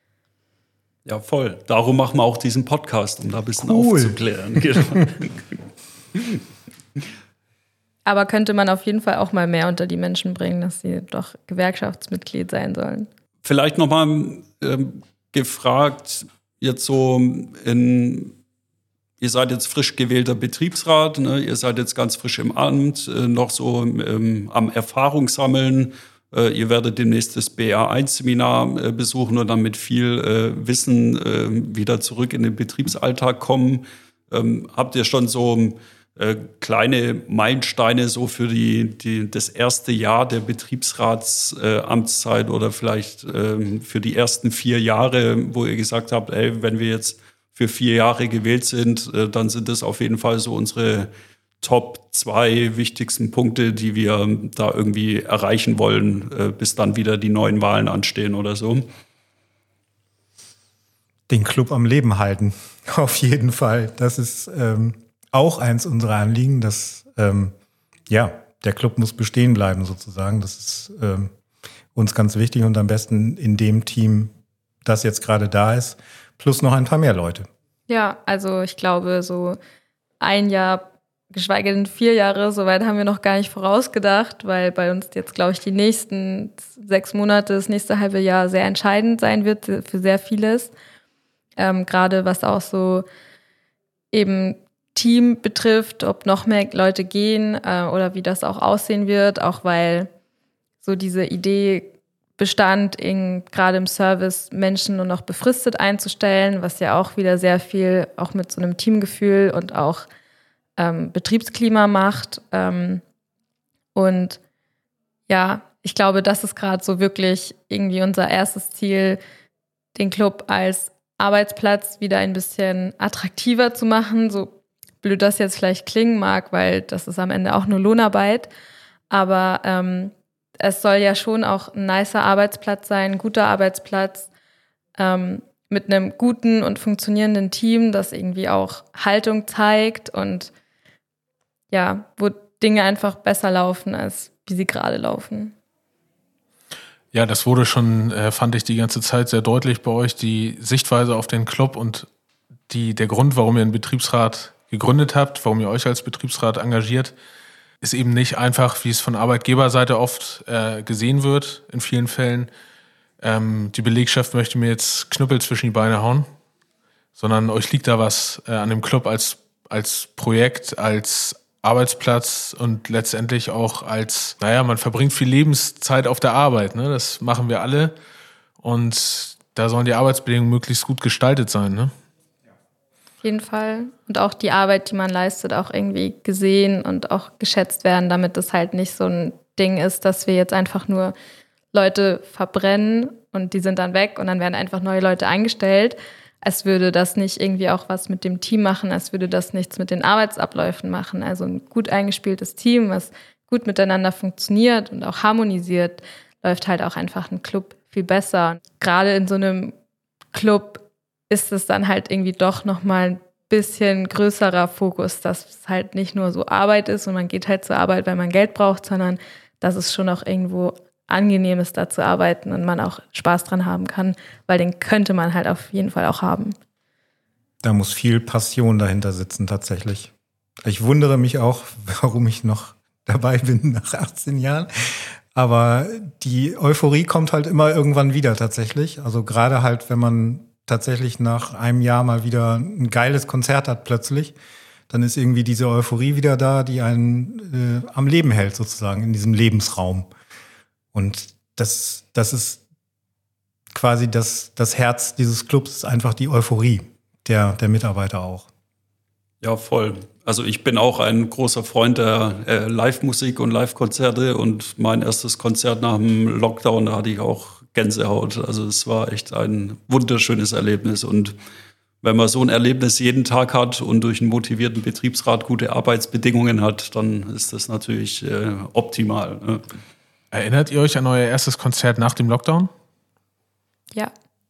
Speaker 4: Ja, voll. Darum machen wir auch diesen Podcast, um da ein bisschen aufzuklären. Genau.
Speaker 3: Aber könnte man auf jeden Fall auch mal mehr unter die Menschen bringen, dass sie doch Gewerkschaftsmitglied sein sollen.
Speaker 4: Vielleicht nochmal gefragt, jetzt so ihr seid jetzt frisch gewählter Betriebsrat, ne? Ihr seid jetzt ganz frisch im Amt, noch so am Erfahrung sammeln. Ihr werdet demnächst das BR1-Seminar besuchen und dann mit viel Wissen wieder zurück in den Betriebsalltag kommen. Habt ihr schon so kleine Meilensteine so für das erste Jahr der Betriebsratsamtszeit oder vielleicht für die ersten 4 Jahre, wo ihr gesagt habt, wenn wir jetzt für 4 Jahre gewählt sind, dann sind das auf jeden Fall so unsere Top 2 wichtigsten Punkte, die wir da irgendwie erreichen wollen, bis dann wieder die neuen Wahlen anstehen oder so?
Speaker 2: Den Club am Leben halten, auf jeden Fall. Das ist auch eins unserer Anliegen, dass der Club muss bestehen bleiben sozusagen. Das ist uns ganz wichtig und am besten in dem Team, das jetzt gerade da ist, plus noch ein paar mehr Leute. Ja,
Speaker 3: also ich glaube, so 1 Jahr, geschweige denn 4 Jahre, soweit haben wir noch gar nicht vorausgedacht, weil bei uns jetzt, glaube ich, die nächsten 6 Monate, das nächste halbe Jahr sehr entscheidend sein wird für sehr vieles. Gerade was auch so eben Team betrifft, ob noch mehr Leute gehen oder wie das auch aussehen wird, auch weil so diese Idee bestand, gerade im Service Menschen nur noch befristet einzustellen, was ja auch wieder sehr viel auch mit so einem Teamgefühl und auch Betriebsklima macht. Und ja, ich glaube, das ist gerade so wirklich irgendwie unser erstes Ziel, den Club als Arbeitsplatz wieder ein bisschen attraktiver zu machen, so blöd das jetzt vielleicht klingen mag, weil das ist am Ende auch nur Lohnarbeit. Aber es soll ja schon auch ein nicer Arbeitsplatz sein, ein guter Arbeitsplatz mit einem guten und funktionierenden Team, das irgendwie auch Haltung zeigt und ja, wo Dinge einfach besser laufen, als wie sie gerade laufen.
Speaker 1: Ja, das wurde schon, fand ich, die ganze Zeit sehr deutlich bei euch, die Sichtweise auf den Club und der Grund, warum ihr einen Betriebsrat gegründet habt, warum ihr euch als Betriebsrat engagiert, ist eben nicht einfach, wie es von Arbeitgeberseite oft gesehen wird, in vielen Fällen, die Belegschaft möchte mir jetzt Knüppel zwischen die Beine hauen, sondern euch liegt da was an dem Club als Projekt, als Arbeitsplatz und letztendlich auch als, man verbringt viel Lebenszeit auf der Arbeit, ne? Das machen wir alle und da sollen die Arbeitsbedingungen möglichst gut gestaltet sein, ne?
Speaker 3: Auf jeden Fall. Und auch die Arbeit, die man leistet, auch irgendwie gesehen und auch geschätzt werden, damit es halt nicht so ein Ding ist, dass wir jetzt einfach nur Leute verbrennen und die sind dann weg und dann werden einfach neue Leute eingestellt. Als würde das nicht irgendwie auch was mit dem Team machen, als würde das nichts mit den Arbeitsabläufen machen. Also ein gut eingespieltes Team, was gut miteinander funktioniert und auch harmonisiert, läuft halt auch einfach ein Club viel besser. Gerade in so einem Club ist es dann halt irgendwie doch nochmal ein bisschen größerer Fokus, dass es halt nicht nur so Arbeit ist und man geht halt zur Arbeit, weil man Geld braucht, sondern dass es schon auch irgendwo angenehm ist, da zu arbeiten und man auch Spaß dran haben kann, weil den könnte man halt auf jeden Fall auch haben.
Speaker 2: Da muss viel Passion dahinter sitzen tatsächlich. Ich wundere mich auch, warum ich noch dabei bin nach 18 Jahren. Aber die Euphorie kommt halt immer irgendwann wieder tatsächlich. Also gerade halt, wenn man tatsächlich nach einem Jahr mal wieder ein geiles Konzert hat plötzlich, dann ist irgendwie diese Euphorie wieder da, die einen am Leben hält sozusagen, in diesem Lebensraum. Und das ist quasi das Herz dieses Clubs, ist einfach die Euphorie der Mitarbeiter auch.
Speaker 4: Ja, voll. Also ich bin auch ein großer Freund der Live-Musik und Live-Konzerte und mein erstes Konzert nach dem Lockdown, da hatte ich auch Gänsehaut. Also es war echt ein wunderschönes Erlebnis und wenn man so ein Erlebnis jeden Tag hat und durch einen motivierten Betriebsrat gute Arbeitsbedingungen hat, dann ist das natürlich optimal. Ne?
Speaker 1: Erinnert ihr euch an euer erstes Konzert nach dem Lockdown?
Speaker 3: Ja.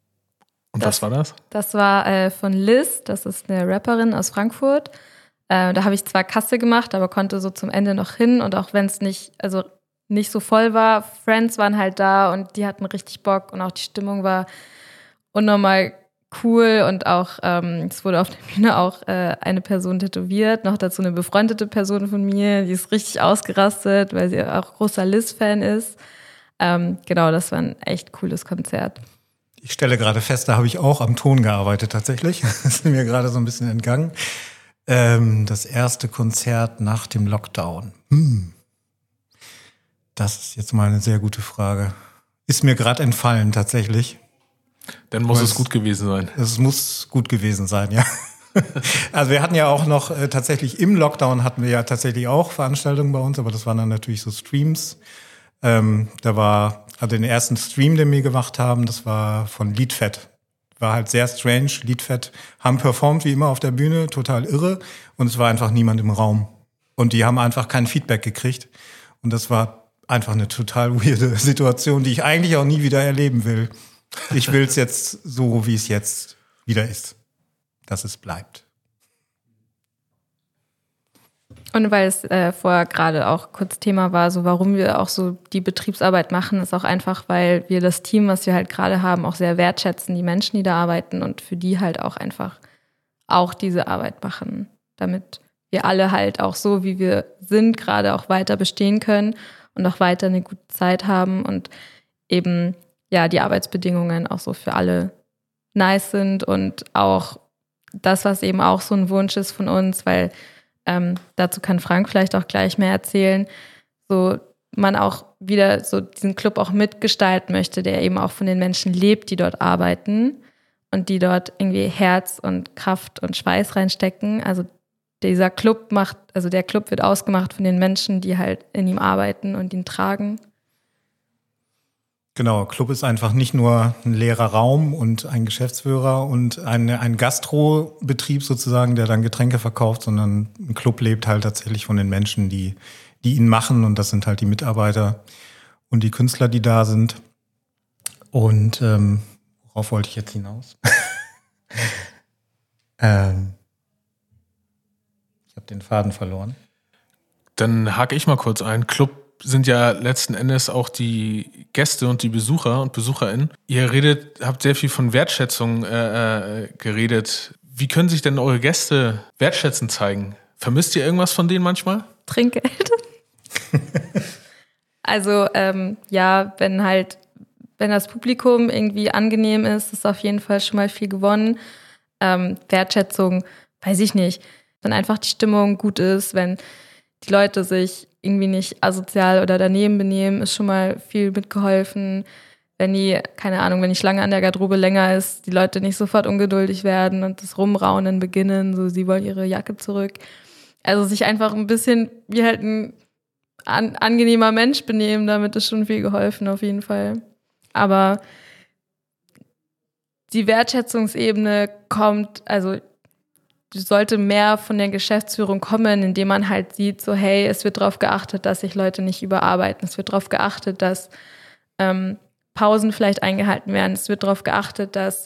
Speaker 1: Und was war das?
Speaker 3: Das war von Liz, das ist eine Rapperin aus Frankfurt. Da habe ich zwar Kasse gemacht, aber konnte so zum Ende noch hin. Und auch wenn es nicht so voll war, Friends waren halt da und die hatten richtig Bock und auch die Stimmung war unnormal cool. Und auch es wurde auf der Bühne auch eine Person tätowiert, noch dazu eine befreundete Person von mir, die ist richtig ausgerastet, weil sie auch großer Liz-Fan ist. Genau, das war ein echt cooles Konzert.
Speaker 2: Ich stelle gerade fest, da habe ich auch am Ton gearbeitet tatsächlich. Das ist mir gerade so ein bisschen entgangen. Das erste Konzert nach dem Lockdown. Das ist jetzt mal eine sehr gute Frage. Ist mir gerade entfallen tatsächlich.
Speaker 1: Dann muss es gut gewesen sein.
Speaker 2: Es muss gut gewesen sein, ja. Also wir hatten ja auch noch tatsächlich im Lockdown hatten wir ja tatsächlich auch Veranstaltungen bei uns, aber das waren dann natürlich so Streams. Da war den ersten Stream, den wir gemacht haben, das war von Liedfett. War halt sehr strange. Liedfett haben performt wie immer auf der Bühne, total irre. Und es war einfach niemand im Raum. Und die haben einfach kein Feedback gekriegt. Und das war einfach eine total weirde Situation, die ich eigentlich auch nie wieder erleben will. Ich will es jetzt so, wie es jetzt wieder ist. Dass es bleibt.
Speaker 3: Und weil es vorher gerade auch kurz Thema war, so warum wir auch so die Betriebsarbeit machen, ist auch einfach, weil wir das Team, was wir halt gerade haben, auch sehr wertschätzen, die Menschen, die da arbeiten und für die halt auch einfach auch diese Arbeit machen, damit wir alle halt auch so, wie wir sind, gerade auch weiter bestehen können und auch weiter eine gute Zeit haben und eben ja die Arbeitsbedingungen auch so für alle nice sind und auch das, was eben auch so ein Wunsch ist von uns, weil dazu kann Frank vielleicht auch gleich mehr erzählen, so man auch wieder so diesen Club auch mitgestalten möchte, der eben auch von den Menschen lebt, die dort arbeiten und die dort irgendwie Herz und Kraft und Schweiß reinstecken. Also der Club wird ausgemacht von den Menschen, die halt in ihm arbeiten und ihn tragen.
Speaker 2: Genau, Club ist einfach nicht nur ein leerer Raum und ein Geschäftsführer und ein Gastrobetrieb sozusagen, der dann Getränke verkauft, sondern ein Club lebt halt tatsächlich von den Menschen, die ihn machen und das sind halt die Mitarbeiter und die Künstler, die da sind. Und worauf wollte ich jetzt hinaus? Ich habe den Faden verloren.
Speaker 1: Dann hake ich mal kurz ein. Club sind ja letzten Endes auch die Gäste und die Besucher und BesucherInnen. Ihr habt sehr viel von Wertschätzung geredet. Wie können sich denn eure Gäste wertschätzend zeigen? Vermisst ihr irgendwas von denen manchmal?
Speaker 3: Trinkgeld. Also wenn das Publikum irgendwie angenehm ist auf jeden Fall schon mal viel gewonnen. Wertschätzung, weiß ich nicht. Wenn einfach die Stimmung gut ist, wenn die Leute sich irgendwie nicht asozial oder daneben benehmen, ist schon mal viel mitgeholfen. Wenn die Schlange an der Garderobe länger ist, die Leute nicht sofort ungeduldig werden und das Rumraunen beginnen, so sie wollen ihre Jacke zurück. Also sich einfach ein bisschen wie halt ein angenehmer Mensch benehmen, damit ist schon viel geholfen auf jeden Fall. Aber die Wertschätzungsebene sollte mehr von der Geschäftsführung kommen, indem man halt sieht, so hey, es wird darauf geachtet, dass sich Leute nicht überarbeiten. Es wird darauf geachtet, dass Pausen vielleicht eingehalten werden. Es wird darauf geachtet, dass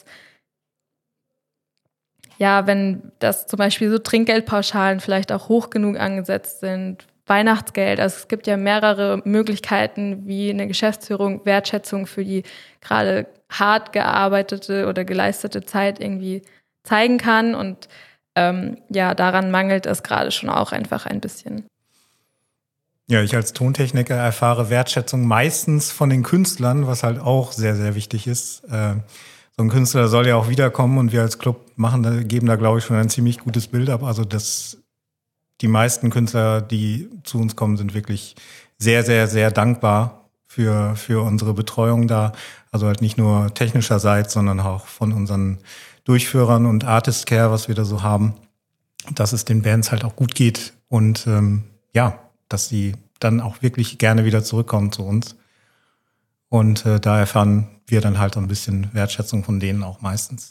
Speaker 3: wenn das zum Beispiel so Trinkgeldpauschalen vielleicht auch hoch genug angesetzt sind, Weihnachtsgeld, also es gibt ja mehrere Möglichkeiten, wie eine Geschäftsführung Wertschätzung für die gerade hart gearbeitete oder geleistete Zeit irgendwie zeigen kann und daran mangelt es gerade schon auch einfach ein bisschen.
Speaker 2: Ja, ich als Tontechniker erfahre Wertschätzung meistens von den Künstlern, was halt auch sehr, sehr wichtig ist. So ein Künstler soll ja auch wiederkommen und wir als Club geben da, glaube ich, schon ein ziemlich gutes Bild ab. Also die meisten Künstler, die zu uns kommen, sind wirklich sehr, sehr, sehr dankbar für unsere Betreuung da. Also halt nicht nur technischerseits, sondern auch von unseren Durchführern und Artist Care, was wir da so haben, dass es den Bands halt auch gut geht und dass sie dann auch wirklich gerne wieder zurückkommen zu uns. Und da erfahren wir dann halt ein bisschen Wertschätzung von denen auch meistens.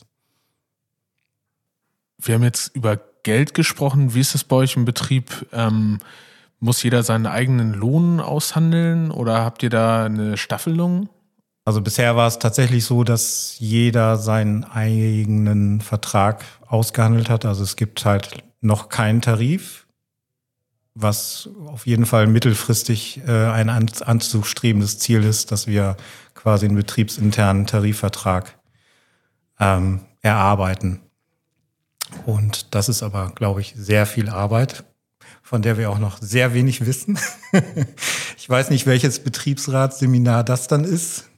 Speaker 1: Wir haben jetzt über Geld gesprochen. Wie ist es bei euch im Betrieb? Muss jeder seinen eigenen Lohn aushandeln oder habt ihr da eine Staffelung?
Speaker 2: Also bisher war es tatsächlich so, dass jeder seinen eigenen Vertrag ausgehandelt hat. Also es gibt halt noch keinen Tarif, was auf jeden Fall mittelfristig ein anzustrebendes Ziel ist, dass wir quasi einen betriebsinternen Tarifvertrag erarbeiten. Und das ist aber, glaube ich, sehr viel Arbeit, von der wir auch noch sehr wenig wissen. Ich weiß nicht, welches Betriebsratsseminar das dann ist.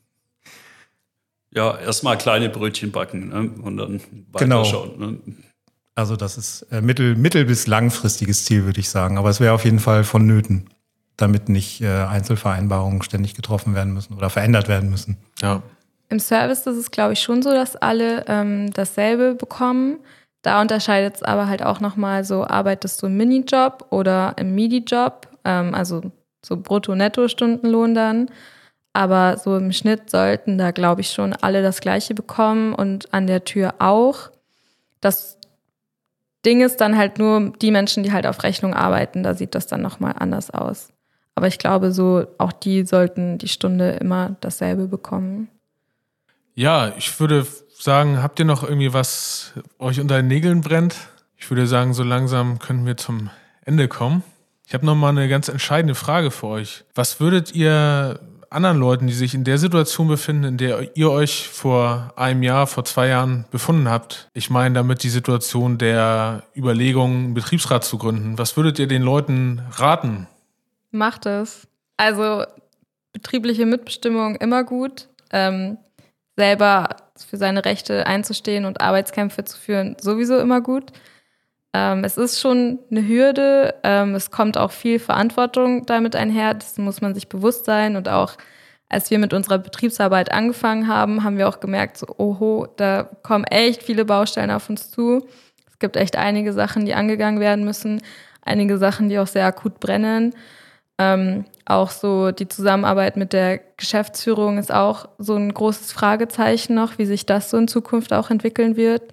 Speaker 4: Ja, erstmal kleine Brötchen backen, ne? Und dann weiterschauen. Genau. Ne?
Speaker 2: Also das ist mittel- bis langfristiges Ziel, würde ich sagen. Aber es wäre auf jeden Fall vonnöten, damit nicht Einzelvereinbarungen ständig getroffen werden müssen oder verändert werden müssen.
Speaker 1: Ja.
Speaker 3: Im Service ist es, glaube ich, schon so, dass alle dasselbe bekommen. Da unterscheidet es aber halt auch nochmal so, arbeitest du im Minijob oder im Midi-Job, also so Brutto-Netto-Stundenlohn dann. Aber so im Schnitt sollten da, glaube ich, schon alle das Gleiche bekommen und an der Tür auch. Das Ding ist dann halt nur die Menschen, die halt auf Rechnung arbeiten, da sieht das dann nochmal anders aus. Aber ich glaube, so auch die sollten die Stunde immer dasselbe bekommen.
Speaker 1: Ja, ich würde sagen, habt ihr noch irgendwie was euch unter den Nägeln brennt? Ich würde sagen, so langsam können wir zum Ende kommen. Ich habe noch mal eine ganz entscheidende Frage für euch. Was würdet ihr anderen Leuten, die sich in der Situation befinden, in der ihr euch vor einem Jahr, vor 2 Jahren befunden habt, ich meine damit die Situation der Überlegung, einen Betriebsrat zu gründen, was würdet ihr den Leuten raten?
Speaker 3: Macht es. Also betriebliche Mitbestimmung immer gut. Selber für seine Rechte einzustehen und Arbeitskämpfe zu führen, sowieso immer gut. Es ist schon eine Hürde, es kommt auch viel Verantwortung damit einher, das muss man sich bewusst sein. Und auch als wir mit unserer Betriebsarbeit angefangen haben, haben wir auch gemerkt, so, oho, da kommen echt viele Baustellen auf uns zu. Es gibt echt einige Sachen, die angegangen werden müssen, einige Sachen, die auch sehr akut brennen. Auch so die Zusammenarbeit mit der Geschäftsführung ist auch so ein großes Fragezeichen noch, wie sich das so in Zukunft auch entwickeln wird.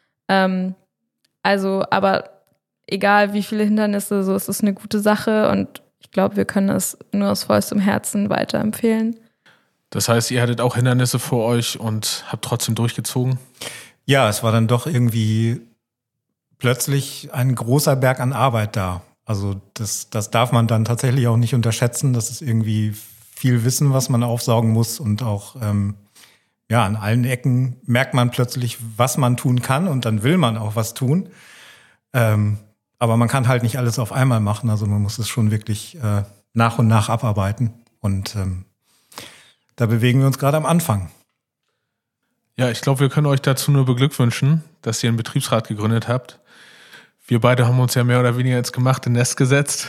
Speaker 3: Aber egal wie viele Hindernisse, so ist es eine gute Sache und ich glaube, wir können es nur aus vollstem Herzen weiterempfehlen.
Speaker 1: Das heißt, ihr hattet auch Hindernisse vor euch und habt trotzdem durchgezogen?
Speaker 2: Ja, es war dann doch irgendwie plötzlich ein großer Berg an Arbeit da. Also das darf man dann tatsächlich auch nicht unterschätzen. Das ist irgendwie viel Wissen, was man aufsaugen muss und auch an allen Ecken merkt man plötzlich, was man tun kann und dann will man auch was tun. Aber man kann halt nicht alles auf einmal machen. Also man muss es schon wirklich nach und nach abarbeiten. Und da bewegen wir uns gerade am Anfang.
Speaker 1: Ja, ich glaube, wir können euch dazu nur beglückwünschen, dass ihr einen Betriebsrat gegründet habt. Wir beide haben uns ja mehr oder weniger ins gemachte Nest gesetzt.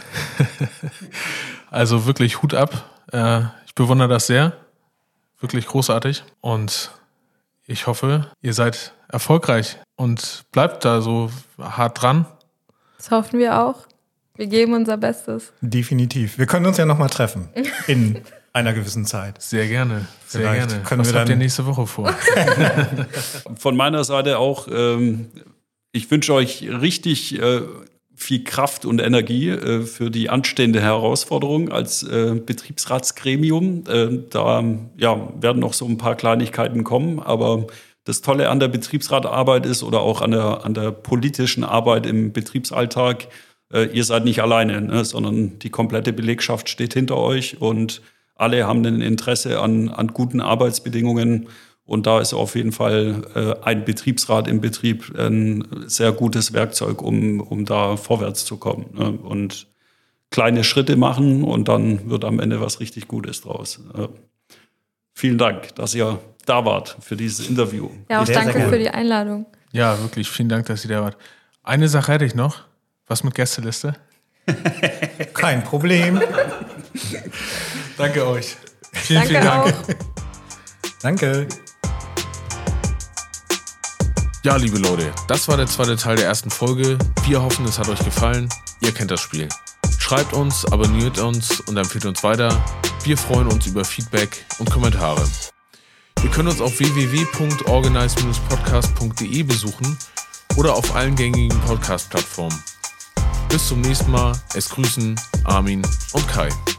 Speaker 1: Also wirklich Hut ab. Ich bewundere das sehr. Wirklich großartig. Und ich hoffe, ihr seid erfolgreich und bleibt da so hart dran.
Speaker 3: Das hoffen wir auch. Wir geben unser Bestes.
Speaker 2: Definitiv. Wir können uns ja nochmal treffen in einer gewissen Zeit.
Speaker 1: Sehr gerne, sehr
Speaker 2: Vielleicht
Speaker 1: gerne.
Speaker 2: können
Speaker 1: Was
Speaker 2: wir
Speaker 1: habt ihr
Speaker 2: dann
Speaker 1: nächste Woche vor?
Speaker 4: Von meiner Seite auch, ich wünsche euch richtig viel Kraft und Energie für die anstehende Herausforderung als Betriebsratsgremium. Da werden noch so ein paar Kleinigkeiten kommen, aber das Tolle an der Betriebsratarbeit ist oder auch an der politischen Arbeit im Betriebsalltag, ihr seid nicht alleine, ne, sondern die komplette Belegschaft steht hinter euch und alle haben ein Interesse an guten Arbeitsbedingungen. Und da ist auf jeden Fall ein Betriebsrat im Betrieb ein sehr gutes Werkzeug, um da vorwärts zu kommen. Ne? Und kleine Schritte machen und dann wird am Ende was richtig Gutes draus. Vielen Dank, dass ihr da wart für dieses Interview.
Speaker 3: Ja, auch
Speaker 2: Sehr, sehr
Speaker 3: danke
Speaker 2: gerne.
Speaker 3: für die Einladung.
Speaker 1: Ja, wirklich, vielen Dank, dass ihr da wart. Eine Sache hätte ich noch. Was mit Gästeliste?
Speaker 2: kein Problem.
Speaker 1: Danke euch. Vielen,
Speaker 3: Danke
Speaker 1: vielen Dank.
Speaker 3: auch.
Speaker 2: Danke.
Speaker 1: Ja, liebe Leute, das war der zweite Teil der ersten Folge. Wir hoffen, es hat euch gefallen. Ihr kennt das Spiel. Schreibt uns, abonniert uns und empfiehlt uns weiter. Wir freuen uns über Feedback und Kommentare. Ihr könnt uns auf www.organize-podcast.de besuchen oder auf allen gängigen Podcast-Plattformen. Bis zum nächsten Mal. Es grüßen Armin und Kai.